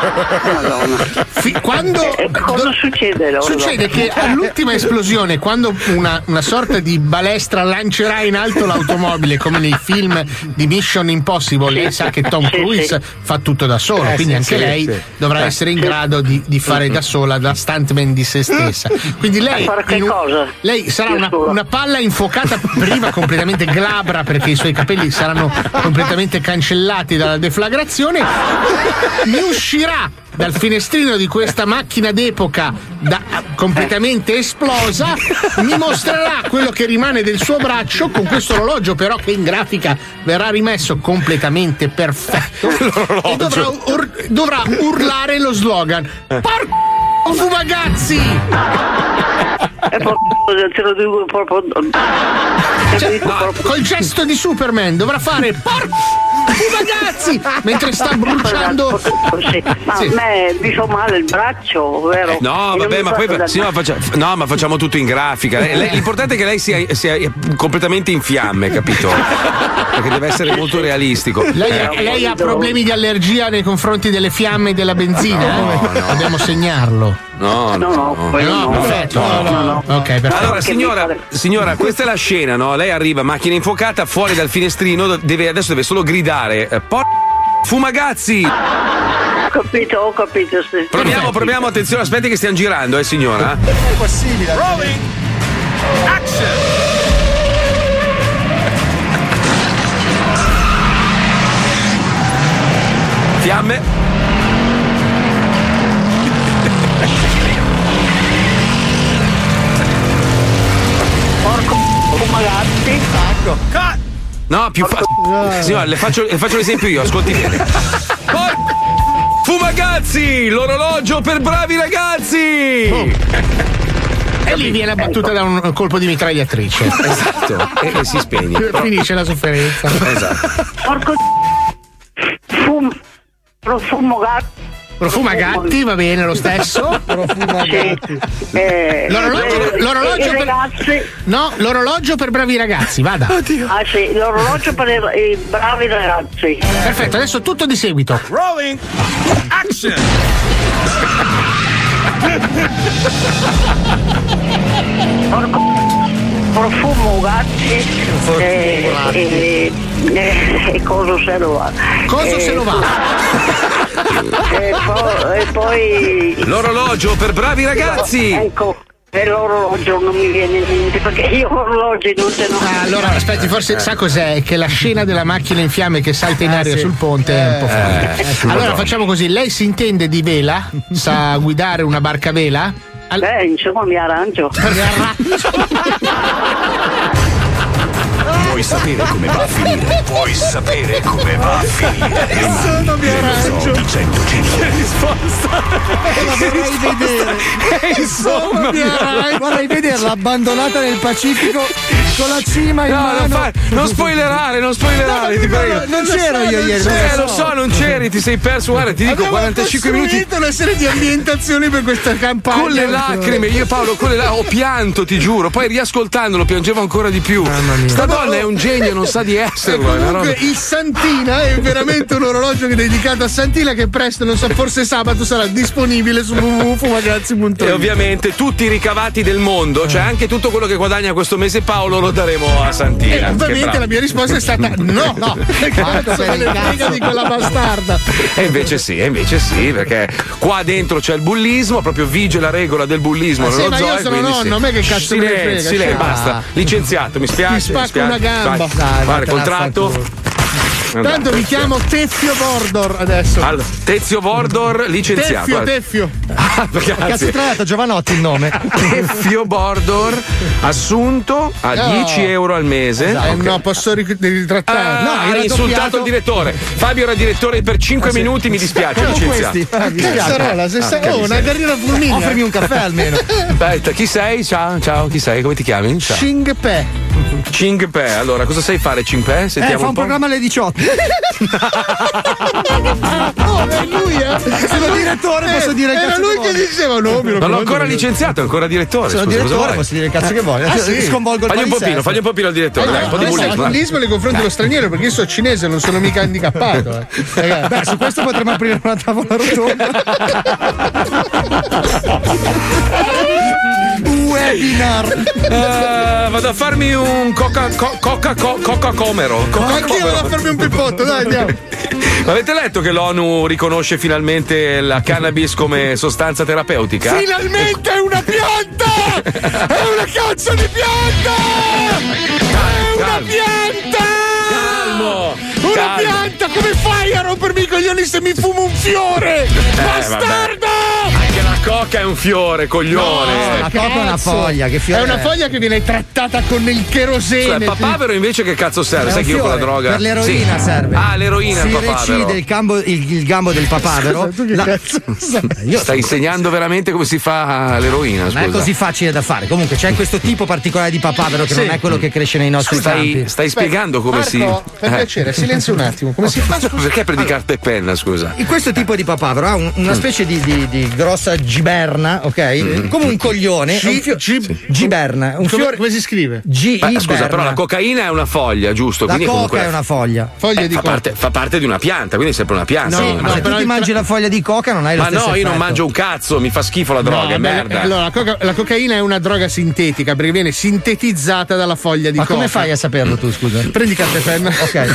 Cosa succede? Succede che all'ultima esplosione, quando una sorta di balestra lancerà in alto l'automobile, come nei film di Mission Impossible, lei sa che Tom Cruise fa tutto da solo, quindi anche lei dovrà essere in grado di fare da sola, da stuntman di se stessa. Quindi lei sarà una palla infuocata, prima completamente glabra perché i suoi capelli saranno completamente cancellati dalla deflagrazione, mi uscirà dal finestrino di questa macchina d'epoca completamente esplosa, mi mostrerà quello che rimane del suo braccio con questo orologio però che in grafica verrà rimesso completamente perfetto e dovrà urlare lo slogan: Porco Fumagazzi! Te lo dico proprio. Col gesto di Superman dovrà fare Porco Fumagazzi mentre sta bruciando. Ma a me mi fa male il braccio, vero? No, vabbè, ma poi ma facciamo tutto in grafica. L'importante è che lei sia completamente in fiamme, capito? Perché deve essere molto realistico. Lei ha problemi di allergia nei confronti delle fiamme e della benzina? No. Dobbiamo segnarlo. Perfetto. No. Ok, perfetto. Allora, signora, questa è la scena, no? Lei arriva, macchina infuocata, fuori dal finestrino, adesso deve solo gridare: Fumagazzi! Ho capito. Sì. Proviamo, attenzione, aspetti che stiamo girando, signora. È possibile. Rolling! Action! Fiamme! Porco Fumagazzi! No, più facile. Signora, le faccio l'esempio io, ascolti bene. Fumagazzi! L'orologio per bravi ragazzi! E lì viene battuta da un colpo di mitragliatrice. Esatto, e si spegne. Finisce la sofferenza. Esatto. Porco Profuma gatti, va bene lo stesso. Profuma gatti. L'orologio per ragazzi. No, l'orologio per bravi ragazzi, vada. Oddio. Ah sì, l'orologio per i bravi ragazzi. Perfetto, adesso tutto di seguito. Rolling action. Profumo gatti e cosa se lo va? Cosa se lo va? E poi l'orologio per bravi ragazzi. Ecco. E l'orologio non mi viene niente perché io orologi non ce l'ho. Allora aspetti, forse sa cos'è? È che la scena della macchina in fiamme che salta in aria sul ponte è un po' forte. Allora facciamo così, lei si intende di vela? Sa guidare una barca a vela? Insomma mi arrangio. Vuoi sapere come va a finire? Vuoi sapere come va a finire? Sono mi arrangio. Di 105. Che risposta! La vorrei vedere. Insomma, vorrei vederla abbandonata nel Pacifico con la cima in mano. Non spoilerare, ti prego. Non c'ero io ieri. Lo so, non c'eri, ti sei perso. Guarda, ti dico 45 minuti. Una serie di ambientazioni per questa campagna. Con le lacrime, io e Paolo ho pianto, ti giuro. Poi riascoltandolo piangevo ancora di più. Sta donna è un genio, non sa di esserlo. Comunque il Santina è veramente un orologio che è dedicato a Santina, che presto, non so, forse sabato sarà disponibile su www.fumagazzi.it. E ovviamente tutti i ricavati del mondo, cioè anche tutto quello che guadagna questo mese Paolo lo daremo a Santina. Ovviamente la mia risposta è stata no. Cazzo me ne frega di quella bastarda. E invece sì, perché qua dentro c'è il bullismo, proprio vige la regola del bullismo. Sì, ma io sono nonno, a me che cazzo me ne frega. Silenzio, basta. Licenziato, mi spiace. Ti spacco una gamba. Guarda, contratto. Tanto mi chiamo Teffio Bordor adesso. Allora, Tezio Bordor licenziato. Teffio. Cazzo, tra l'altro Giovanotti il nome. Teffio Bordor assunto a 10 euro al mese. Okay. No, posso ritrattare. No, hai insultato il direttore. Fabio era direttore per 5 minuti, mi dispiace, licenziato. Una carriera fulminea. Offrimi un caffè almeno. Aspetta, chi sei? Ciao, chi sei? Come ti chiami? Chingpe. Allora, cosa sai fare Chingpe? Fa un programma alle 18. È lui, sono direttore, posso dire il cazzo. Era lui che diceva non l'ho ancora licenziato, è ancora direttore. Sono direttore, posso dire il cazzo che vuoi. Sconvolgo il fagli un pochino al direttore, dai, un po' di bullismo. Bullismo nei confronti dello straniero, perché io sono cinese, non sono mica handicappato. Beh, su questo potremmo aprire una tavola rotonda. Webinar. Vado a farmi un Coca-Comero. Anch'io vado a farmi un pippotto, dai, andiamo. Avete letto che l'ONU riconosce finalmente la cannabis come sostanza terapeutica? Finalmente è una pianta! È una cazzo di pianta! È una pianta! Calmo! Una pianta! Come fai a rompermi i coglioni se mi fumo un fiore? Bastardo! Anche la coca è un fiore, coglione. No, la coca è una foglia. Che fiore è una foglia che viene trattata con il cherosene. Cioè, il papavero invece che cazzo serve? Sai che io con la droga. Per l'eroina serve. Ah, l'eroina il papavero. Si recide il gambo del papavero. Scusa, tu che cazzo stai insegnando veramente come si fa l'eroina? Non è così facile da fare. Comunque c'è questo tipo particolare di papavero che non è quello che cresce nei nostri campi. Stai spiegando come Marco, per piacere, silenzio un attimo. Come si fa? Perché prendi carta e penna, scusa? Questo tipo di papavero ha una specie di grossa gibella giberna, ok? Come un coglione. Giberna. Un fiore. Come si scrive? Scusa, però la cocaina è una foglia, giusto? La quindi coca è una foglia. Fa parte di una pianta, quindi è sempre una pianta. No, se tu ti mangi la foglia di coca non hai lo stesso effetto. effetto. Io non mangio un cazzo, mi fa schifo la droga, è merda. Allora, la cocaina è una droga sintetica perché viene sintetizzata dalla foglia di coca. Ma come fai a saperlo tu, scusa? Prendi carta e penna. Ok, hai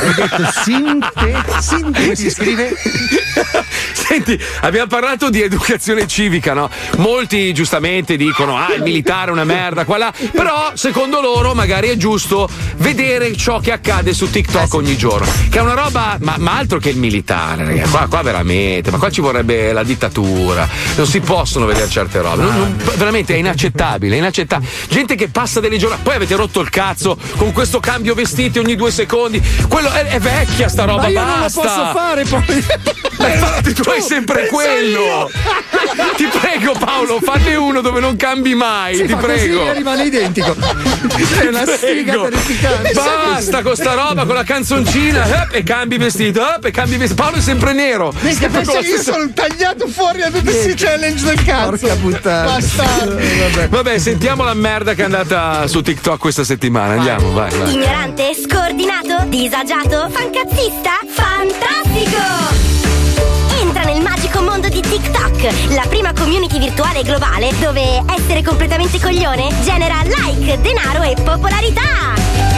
detto come si scrive? Senti, abbiamo parlato di educazione civica, no? Molti giustamente dicono il militare è una merda, qua là. Però secondo loro magari è giusto vedere ciò che accade su TikTok ogni giorno, che è una roba, ma altro che il militare, ragazzi. Qua veramente, ma qua ci vorrebbe la dittatura, non si possono vedere certe robe, veramente è inaccettabile. Gente che passa delle giornate, poi avete rotto il cazzo con questo cambio vestiti ogni 2 secondi, quello è vecchia sta roba, ma io basta. non lo posso fare poi. Infatti tu hai sempre quello. Ti prego Paolo, fate uno dove non cambi mai, ti prego. Così rimane identico. È una sfiga terrificante. Basta con sta roba, con la canzoncina e cambi vestito, Paolo è sempre nero. Io sono tagliato fuori da tutti questi challenge del cazzo. Porca puttana. Bastardo. Vabbè, sentiamo la merda che è andata su TikTok questa settimana. Andiamo, vai. Ignorante, scordinato, disagiato, fancazzista, fantastico! Entra nel magico mondo di TikTok, la prima community virtuale globale dove essere completamente coglione genera like, denaro e popolarità.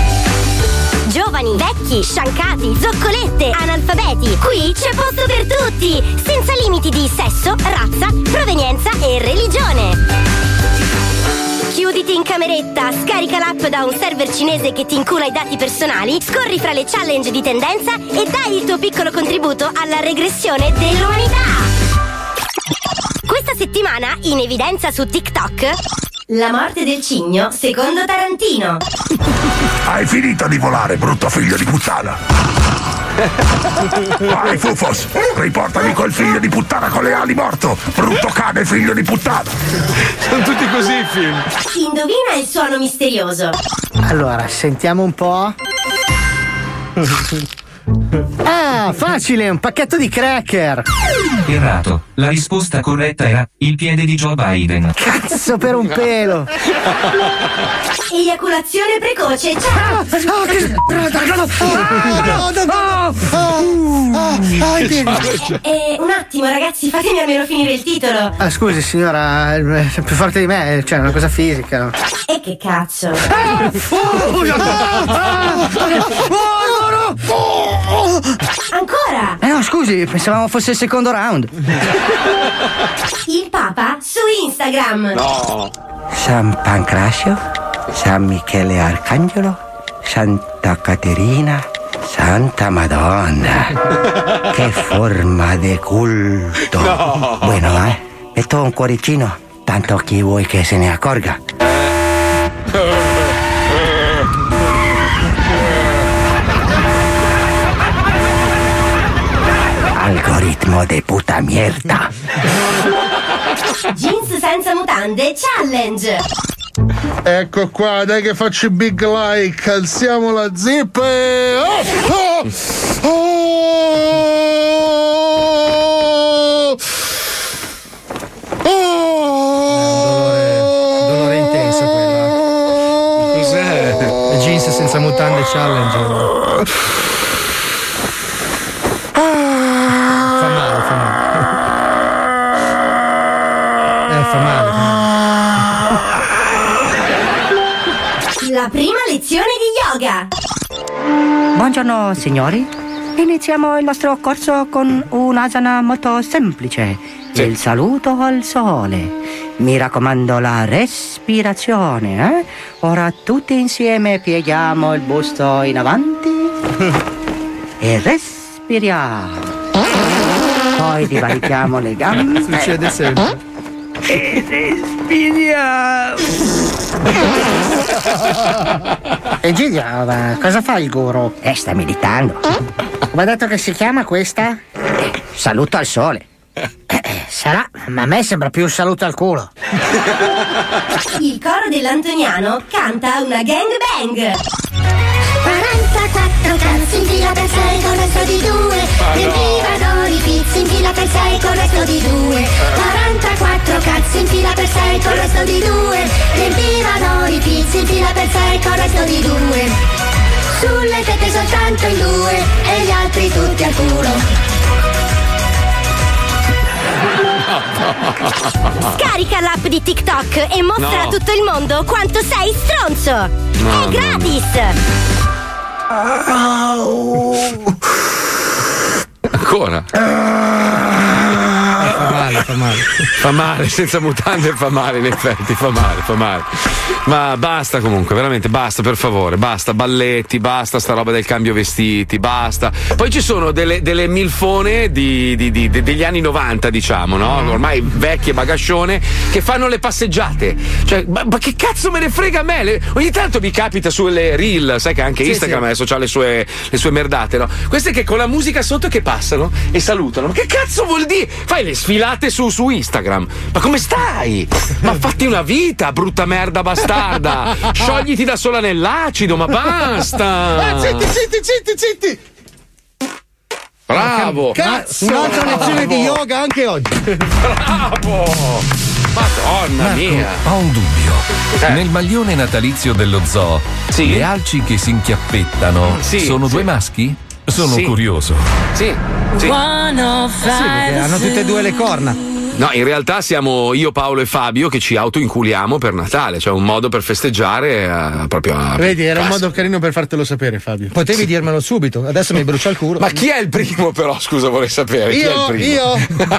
Giovani, vecchi, sciancati, zoccolette, analfabeti, qui c'è posto per tutti, senza limiti di sesso, razza, provenienza e religione. Chiuditi in cameretta, scarica l'app da un server cinese che ti incula i dati personali, scorri fra le challenge di tendenza e dai il tuo piccolo contributo alla regressione dell'umanità. Questa settimana in evidenza su TikTok, la morte del cigno secondo Tarantino. Hai finito di volare, brutto figlio di puttana. Vai Fufos, riportami quel figlio di puttana con le ali morto, brutto cane figlio di puttana. Sono tutti così i film. Indovina il suono misterioso. Allora, sentiamo un po'. Ah, facile, un pacchetto di cracker. Errato. La risposta corretta era il piede di Joe Biden. Cazzo, per un pelo. Eiaculazione precoce, ciao. Un attimo ragazzi, fatemi almeno finire il titolo. Scusi signora, è più forte di me, cioè è una cosa fisica, no? E che cazzo? Ancora? No, scusi, pensavamo fosse il secondo round. Il Papa su Instagram. No. San Pancrazio, San Michele Arcangelo, Santa Caterina, Santa Madonna. Che forma de culto. No. Bueno, metto un cuoricino, tanto chi vuoi che se ne accorga. Algoritmo de puta mierda. Jeans senza mutande challenge. Ecco qua, dai che faccio big like, alziamo la zip e... Dolore intenso quello. Cos'è? Le jeans senza mutande challenge. Fa male. La prima lezione di yoga. Buongiorno signori, iniziamo il nostro corso con un'asana molto semplice, il saluto al sole. Mi raccomando la respirazione, Ora tutti insieme pieghiamo il busto in avanti e respiriamo. Poi divarichiamo le gambe. Succede sempre. E respiriamo. Egidio, cosa fa il guru? Sta meditando. Come ha detto che si chiama questa? Saluto al sole. Sarà, ma a me sembra più un saluto al culo. Il coro dell'Antoniano canta una gangbang. 44 cazzi in fila per 6 con resto di 2. Riempivano i pizzi in fila per 6 con resto di 2. 44 cazzi in resto di due. Riempivano i pizzi in fila per 6 col resto di due. Sulle tette soltanto in due e gli altri tutti al culo. Scarica l'app di TikTok e mostra a tutto il mondo quanto sei stronzo. È gratis. Ancora. Fa male, senza mutande fa male, in effetti, fa male. Ma basta comunque, veramente basta, per favore, basta balletti, basta sta roba del cambio vestiti, basta. Poi ci sono delle milfone degli anni 90, diciamo, no? Ormai vecchie bagascione che fanno le passeggiate. Cioè, ma che cazzo me ne frega a me? Ogni tanto mi capita sulle reel, sai che anche Instagram adesso c'ha le sue merdate, no? Queste che con la musica sotto che passano e salutano. Ma che cazzo vuol dire? Fai le sfilate su Instagram. Ma come stai? Ma fatti una vita, brutta merda bastarda. Sciogliti da sola nell'acido, ma basta. Zitti. Bravo. Un'altra lezione di yoga anche oggi. Bravo. Madonna Marco, mia. ho un dubbio. Nel maglione natalizio dello zoo, le alci che si inchiappettano sono due maschi? Sono curioso. Sì. Hanno tutte e due le corna. No, in realtà siamo io, Paolo e Fabio che ci autoinculiamo per Natale, cioè un modo per festeggiare proprio a... Vedi, era un modo carino per fartelo sapere, Fabio. Potevi dirmelo subito, adesso mi brucia il culo. Ma chi è il primo però, scusa, vorrei sapere. Chi è il primo? Io.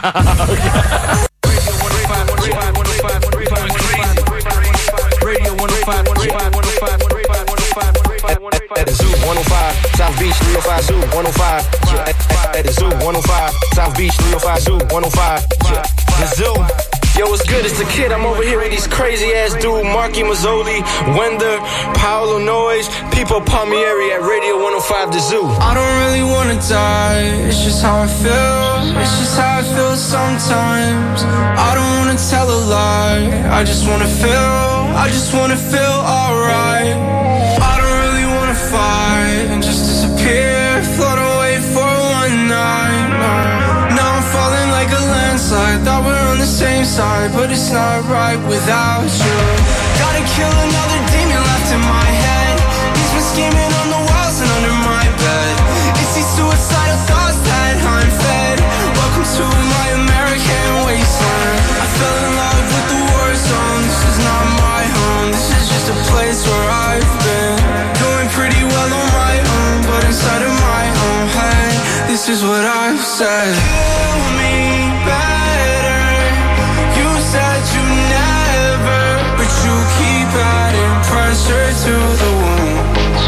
At the zoo, 105, South Beach, 305, zoo, 105. At the zoo, 105, South Beach, 305, zoo, 105. The zoo. Yo, what's good? It's the kid. I'm over here with these crazy ass dude, Marky Mazzoli, Wender, Paolo Noyes, People Palmieri at Radio 105 The Zoo. I don't really wanna die. It's just how I feel. It's just how I feel sometimes. I don't wanna tell a lie. I just wanna feel. I just wanna feel alright. I don't really wanna fight and just disappear, float away for one night. Now I'm falling like a landslide. Thought we're on the same side, but it's not right without you. Gotta kill another demon left in my head. He's been scheming on the walls and under my bed. It's these suicidal thoughts that I'm fed. Welcome to my American wasteland. I fell in love with the war zone. This is not my home. This is just a place where I've been doing pretty well on my own, but inside of my own head, this is what I've said. Kill me better. You said you never, but you keep adding pressure to the wound.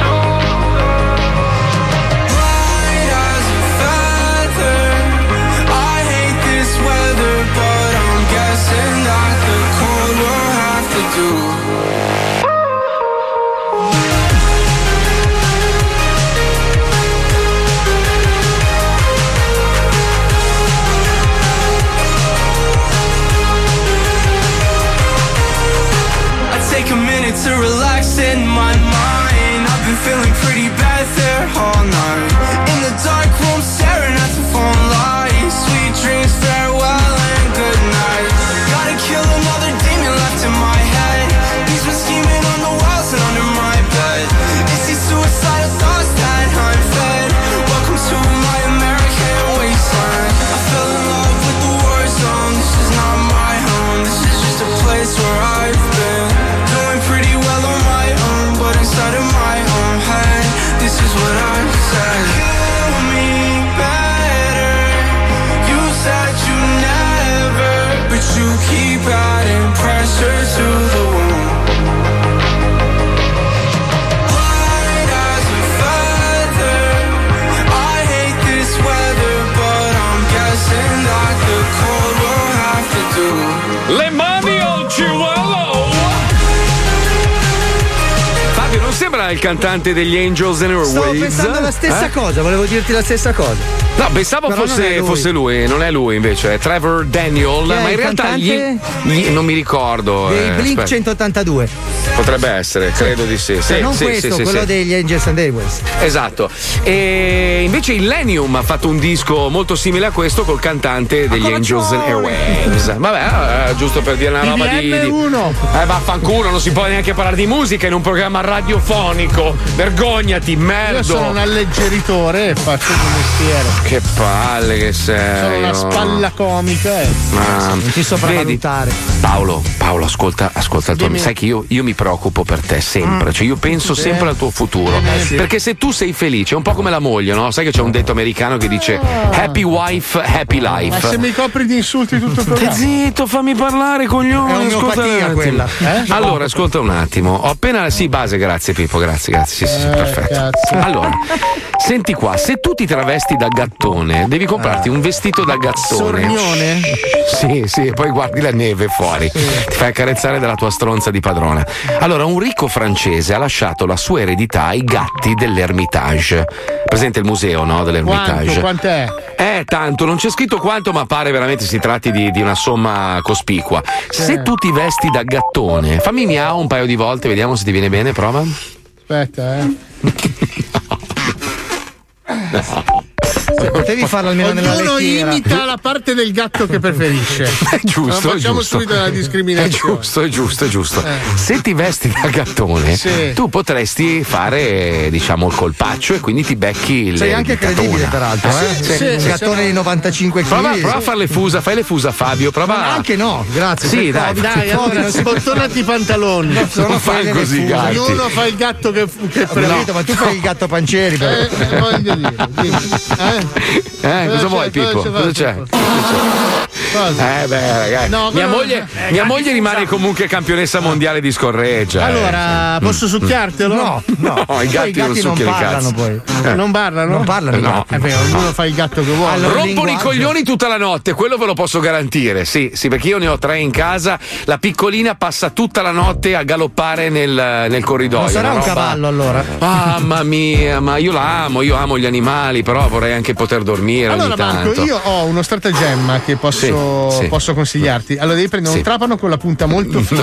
Light as a feather. I hate this weather, but I'm guessing that the cold will have to do. Take a minute to relax in my mind. I've been feeling pretty bad there all night. In the dark room staring at the phone lights. Sweet dreams, farewell and good night. Gotta kill another demon left in my head. He's been scheming on the walls and under my bed. It's these suicidal thoughts that I'm fed. Welcome to my American wasteland. I fell in love with the war zone. This is not my home. This is just a place where I've been pretty well on my own, but inside of my own head, this is what I said. Kill me better. You said you never, but you keep adding pressure to the wound. Light as a feather. I hate this weather, but I'm guessing that the cold will have to do. Le mani al ciuelo! Non sembra il cantante degli Angels and Airwaves? Stavo pensando la stessa cosa, volevo dirti la stessa cosa. No, pensavo fosse lui, non è lui invece, è Trevor Daniel, ma in realtà non mi ricordo. Dei Blink 182. Potrebbe essere, credo di sì. Se non questo, quello degli Angels and Airwaves. Esatto. E invece il Illenium ha fatto un disco molto simile a questo col cantante degli Angels and Airwaves. Vabbè, giusto per dire una roba di. Vaffanculo, non si può neanche parlare di musica in un programma radiofonico. Vergognati, merda. Io sono un alleggeritore e faccio il mestiere. Che palle che sei. Sono una spalla comica. Non ti sopravvalutare. Paolo, ascolta il tuo. Sai che io mi preoccupo per te sempre. Cioè, io penso sempre al tuo futuro. Perché se tu sei felice, è un po' come la moglie, no? Sai che c'è un detto americano che dice happy wife, happy life. Ma se mi copri di insulti tutto il programma. Zitto, fammi parlare, coglione. È omeopatia quella. Allora, ascolta un attimo. Ho appena. Sì, base, grazie Pippo, grazie. Sì, perfetto. Cazzo. Allora, senti qua, se tu ti travesti da gattone, devi comprarti un vestito da gattone. Sornione? Sì, e poi guardi la neve fuori. Ti fai accarezzare dalla tua stronza di padrona. Allora, un ricco francese ha lasciato la sua eredità ai gatti dell'Hermitage. Presente il museo, no? Dell'Hermitage. Quant'è? Tanto, non c'è scritto quanto, ma pare veramente si tratti di una somma cospicua. Se tu ti vesti da gattone, fammi miau un paio di volte, vediamo se ti viene bene, prova. Aspetta, No. Potevi farlo almeno nella lettiera. Ognuno imita la parte del gatto che preferisce. È giusto. Facciamo subito la discriminazione. È giusto. Se ti vesti da gattone, tu potresti fare, diciamo, il colpaccio e quindi ti becchi il. Sei anche credibile, peraltro. Un gattone di 95 kg. Prova a fare le fusa, fai le fusa, Fabio. Prova. Ma anche no, grazie. Sì, dai, allora spottonati i pantaloni. Non fai così, gatti. Ognuno fa il gatto che preferito, ma tu fai il gatto Pancieri. Voglio dire. Cosa vuoi, Pippo? Cosa c'è? Ragazzi. No, mia moglie rimane comunque campionessa mondiale di scorreggia. Allora, posso succhiartelo? No, i gatti non parlano poi. Non parlano? Non parlano. No. Ognuno fa il gatto che vuole. Allora, rompono i coglioni tutta la notte, quello ve lo posso garantire. Sì, perché io ne ho 3 in casa. La piccolina passa tutta la notte a galoppare nel corridoio. Non sarà un cavallo, allora? Mamma mia, ma io amo gli animali, però vorrei anche poter dormire. Allora, ogni tanto. Marco, io ho uno stratagemma che posso consigliarti. Allora devi prendere un trapano con la punta molto fine.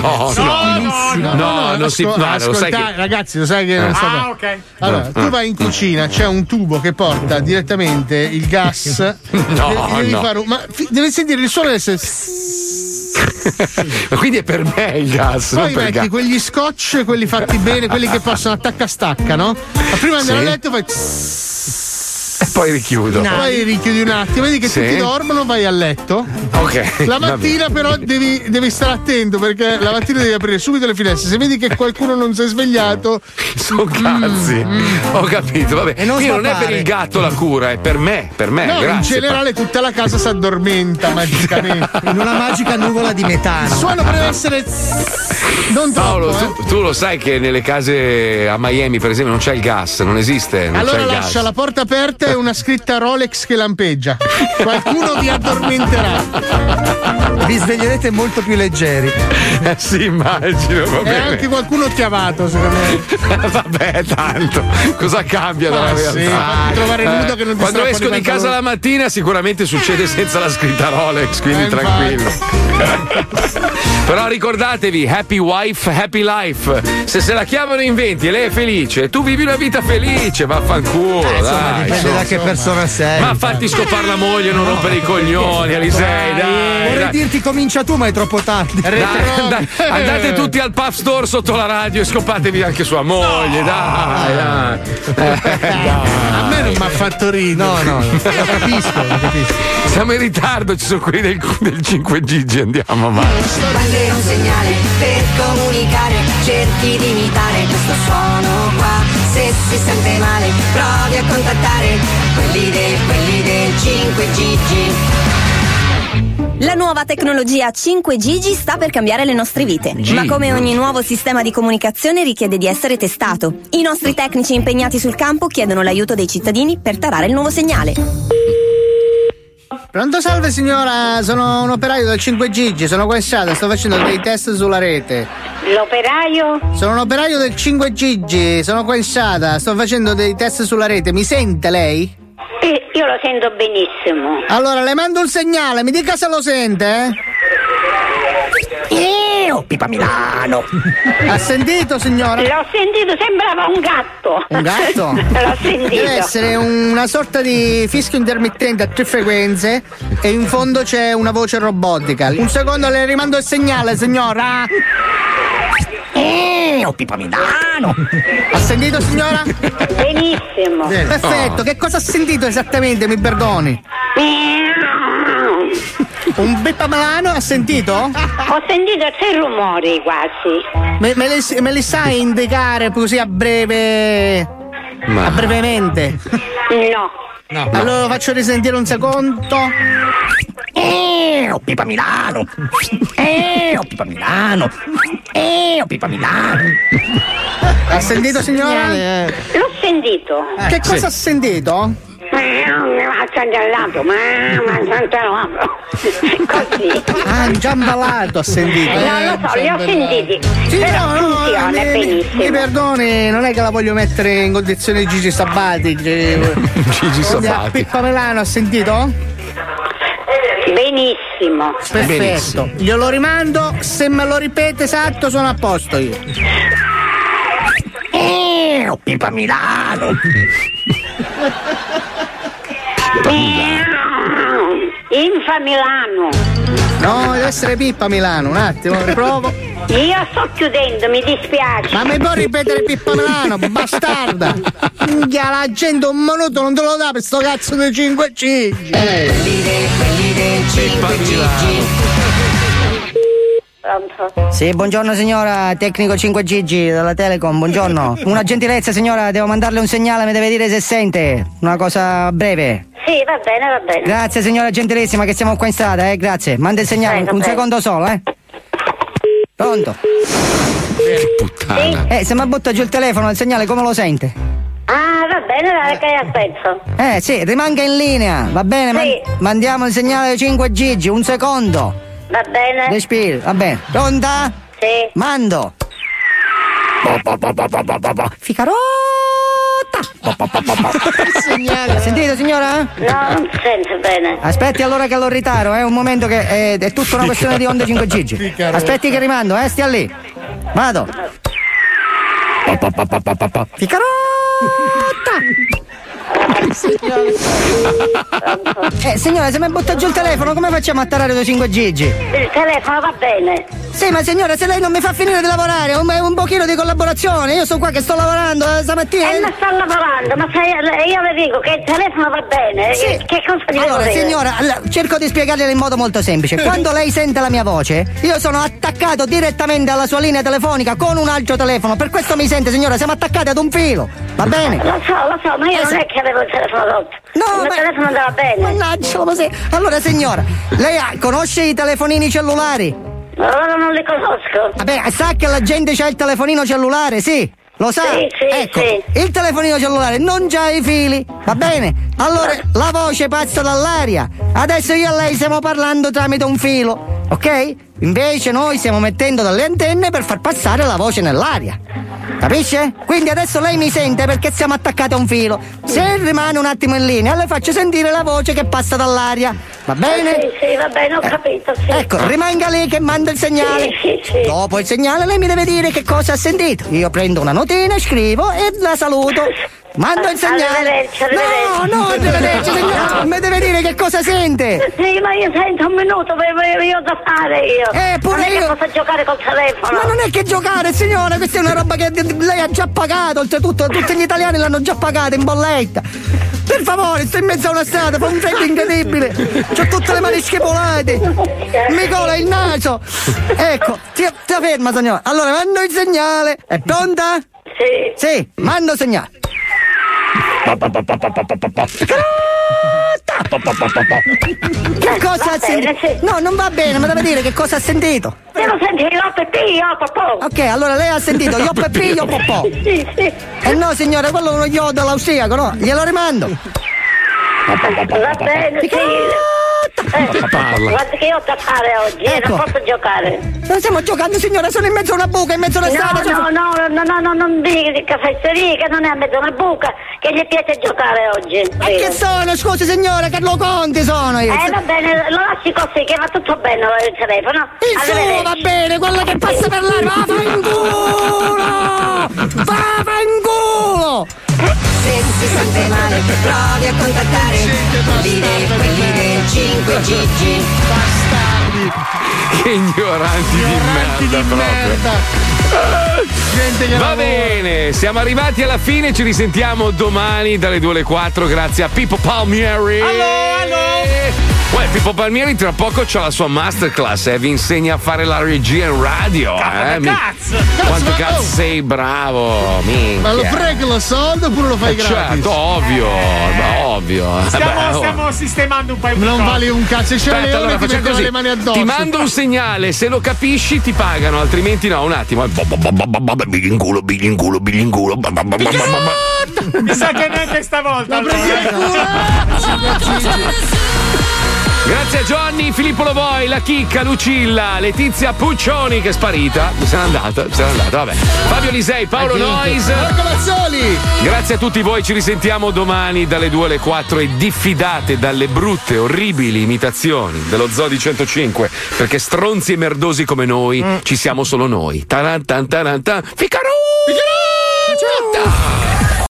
No, non si fa. Ragazzi, lo sai che non sta. Ok. Allora, tu vai in cucina, c'è un tubo che porta direttamente il gas. Devi sentire il suono essere. Quindi è per me il gas. Poi metti quegli scotch, quelli fatti bene, quelli che possono attacca-stacca, no? Ma prima di andare a letto fai. E poi richiudo. Poi richiudi un attimo, vedi che tutti dormono, vai a letto. Ok. La mattina però devi stare attento, perché la mattina devi aprire subito le finestre. Se vedi che qualcuno non si è svegliato, sono cazzi. Ho capito, vabbè. Non è per il gatto la cura, è per me. No, grazie, in generale tutta la casa si addormenta magicamente. In una magica nuvola di metano. Il suono deve essere non troppo. Paolo, tu lo sai che nelle case a Miami, per esempio, non c'è il gas, non esiste. Allora lascia la porta aperta e una scritta Rolex che lampeggia. Qualcuno vi addormenterà. Vi sveglierete molto più leggeri. Sì, immagino. E anche qualcuno chiavato, secondo me. Vabbè, tanto. Cosa cambia dalla realtà? Trovare nudo che non ti Quando esco di casa la mattina sicuramente succede senza la scritta Rolex, quindi tranquillo. Però ricordatevi, happy wife, happy life. Se la chiamano in 20 e lei è felice, tu vivi una vita felice, vaffanculo. Dai, dipende da che persona sei. Ma fatti scopare la moglie, non rompere i coglioni, Alisei, dai. Vorrei dirti comincia tu, ma è troppo tardi. Andate tutti al puff store sotto la radio e scopatevi anche sua moglie, dai. A me non mi ha fatto ridere. No, lo capisco. Siamo in ritardo, ci sono quelli del 5 Gigi, andiamo avanti. Prendere un segnale per comunicare, cerchi di imitare questo suono qua. Se si sente male, provi a contattare quelli del 5 Gigi. La nuova tecnologia 5 Gigi sta per cambiare le nostre vite, ma come ogni nuovo sistema di comunicazione richiede di essere testato. I nostri tecnici impegnati sul campo chiedono l'aiuto dei cittadini per tarare il nuovo segnale. Pronto, salve signora, sono un operaio del 5 Gigi, sono qua in strada, sto facendo dei test sulla rete. L'operaio? Sono un operaio del 5 Gigi, sono qua in strada, sto facendo dei test sulla rete, mi sente lei? Io lo sento benissimo. Allora, le mando un segnale, mi dica se lo sente, Pipa Milano! Ha sentito, signora? L'ho sentito, sembrava un gatto. Un gatto? L'ho sentito. Deve essere una sorta di fischio intermittente a 3 frequenze e in fondo c'è una voce robotica. Un secondo, le rimando il segnale, signora. Pipa Milano! Ha sentito, signora? Benissimo. Perfetto, che cosa ha sentito esattamente, mi perdoni? Un Pipa Milano ha sentito? Ho sentito 3 rumori quasi. Me li sai indicare così a breve? A brevemente? No. Allora lo faccio risentire un secondo. Pipa Milano! Pipa Milano! Pipa Milano! Ha sentito, signora? L'ho sentito. Che cosa ha sentito? Così. Ah, giambalato ha sentito. Non lo so, li ho sentiti. Sì, però funziona benissimo. Mi perdoni, non è che la voglio mettere in condizioni Gigi Sabati. Gigi Sabati. Pippa Milano ha sentito? Benissimo. Perfetto. Benissimo. Glielo rimando, se me lo ripete esatto sono a posto io. Pippa Milano. Infa Milano. No, deve essere Pippa Milano, un attimo, riprovo. Io sto chiudendo, mi dispiace. Ma mi puoi ripetere Pippa Milano, bastarda? Minchia, la gente un minuto non te lo dà per sto cazzo di 5 Gigi. Pippa Milano. Sì, buongiorno signora, tecnico 5 Gigi della Telecom, buongiorno. Una gentilezza signora, devo mandarle un segnale, mi deve dire se sente. Una cosa breve. Sì, va bene, va bene. Grazie signora gentilissima che siamo qua in strada, grazie. Manda il segnale, Prego, un prego. secondo solo, Pronto? Che puttana. Se mi butta giù il telefono, il segnale come lo sente? Ah, va bene, dai, che aspetto. Sì, rimanga in linea, va bene? Sì. Mandiamo il segnale 5 Gigi, un secondo. Va bene. Respiri, va bene. Pronta? Sì. Mando. Ficarotta. Segnale. Sentito signora? No, non si sente bene. Aspetti allora che lo ritaro, un momento che è tutta una questione di onde 5 Gigi. Aspetti che rimando, stia lì. Vado. Ficarotta. Signora, se mi butta giù il telefono, come facciamo a tarare 5 Gigi? Il telefono va bene. Sì, ma signora, se lei non mi fa finire di lavorare, un pochino di collaborazione, io sono qua che sto lavorando stamattina. Ma sto lavorando, ma se io le dico che il telefono va bene, Sì. che cosa devo Allora, dire? signora, cerco di spiegarglielo in modo molto semplice. Quando lei sente la mia voce, io sono attaccato direttamente alla sua linea telefonica con un altro telefono. Per questo mi sente, signora, siamo attaccati ad un filo. Va bene? Lo so, ma io non è che avevo il telefono rotto. No, il telefono andava bene. Mannaggia, ma sì. Allora, signora, lei conosce i telefonini cellulari? Allora non li conosco. Vabbè, sa che la gente c'ha il telefonino cellulare, sì? Lo sa? Sì, ecco, sì. il telefonino cellulare non c'ha i fili, va bene? Allora la voce passa dall'aria. Adesso io e lei stiamo parlando tramite un filo, ok? Invece noi stiamo mettendo delle antenne per far passare la voce nell'aria. Capisce? Quindi adesso lei mi sente perché siamo attaccati a un filo. Se rimane un attimo in linea, le faccio sentire la voce che passa dall'aria. Va bene? Sì, va bene, ho capito, sì. Ecco, rimanga lì che mando il segnale. Sì. Dopo il segnale lei mi deve dire che cosa ha sentito. Io prendo una notina, scrivo e la saluto. Mando il segnale. No, arrivederci, signora. Mi deve dire che cosa sente. Sì, ma io sento un minuto, io ho da fare io. Pure non è io. che posso giocare col telefono. Ma non è che giocare, signora, questa è una roba che lei ha già pagato. Oltretutto, tutti gli italiani l'hanno già pagata in bolletta. Per favore, sto in mezzo a una strada, fa un freddo incredibile. C'ho tutte le mani scipolate. Mi cola il naso. Ecco, stia ferma, signora. Allora, mando il segnale. È pronta? Sì. Sì, mando il segnale. Che cosa ha sentito? No, non va bene, ma deve dire che cosa ha sentito. Devo sentire io popò. Ok, allora lei ha sentito io pepì, io popò. Sì. No signore, quello è uno io dell'austriaco, no? Glielo rimando. Va bene, sì. Guarda che io ho da fare oggi, non posso giocare. Non stiamo giocando, signora, sono in mezzo a una buca, in mezzo alla strada. No, non dica di caffetteria, che non è a mezzo a una buca, che gli piace giocare oggi. Ma che sono? Scusi signora, Carlo Conti sono io. Va bene, lo lasci così, che va tutto bene il telefono. Il suo va bene, quello che passa per l'aria, va in culo! Se si sente male, provi a contattare quelli del 5GG. Bastardi! Che ignoranti di merda. Gente che va bene, siamo arrivati alla fine, ci risentiamo domani dalle 2 alle 4 grazie a Pippo Palmieri. Allo! Uè, Pippo Palmieri tra poco c'ha la sua masterclass, vi insegna a fare la regia in radio. Cazzo! Quanto cazzo sei bravo, minchia. Ma lo freghi lo soldo oppure lo fai gratis? Certo, ovvio. Stiamo sistemando un paio di cose. Non vale un cazzo, c'è Aspetta, allora ti mettono le mani addosso. Ti mando un segnale, se lo capisci ti pagano, altrimenti no, un attimo. Bigli in culo. Mi sa che neanche stavolta. Grazie a Johnny, Filippo Lovoi, la Chicca, Lucilla, Letizia Puccioni che è sparita. Se n'è andata, vabbè. Fabio Lisei, Paolo Nois. Marco Mazzoli. Grazie a tutti voi, ci risentiamo domani dalle 2 alle 4 e diffidate dalle brutte, orribili imitazioni dello Zoo di 105, perché stronzi e merdosi come noi ci siamo solo noi. Tarantan, Ficarò!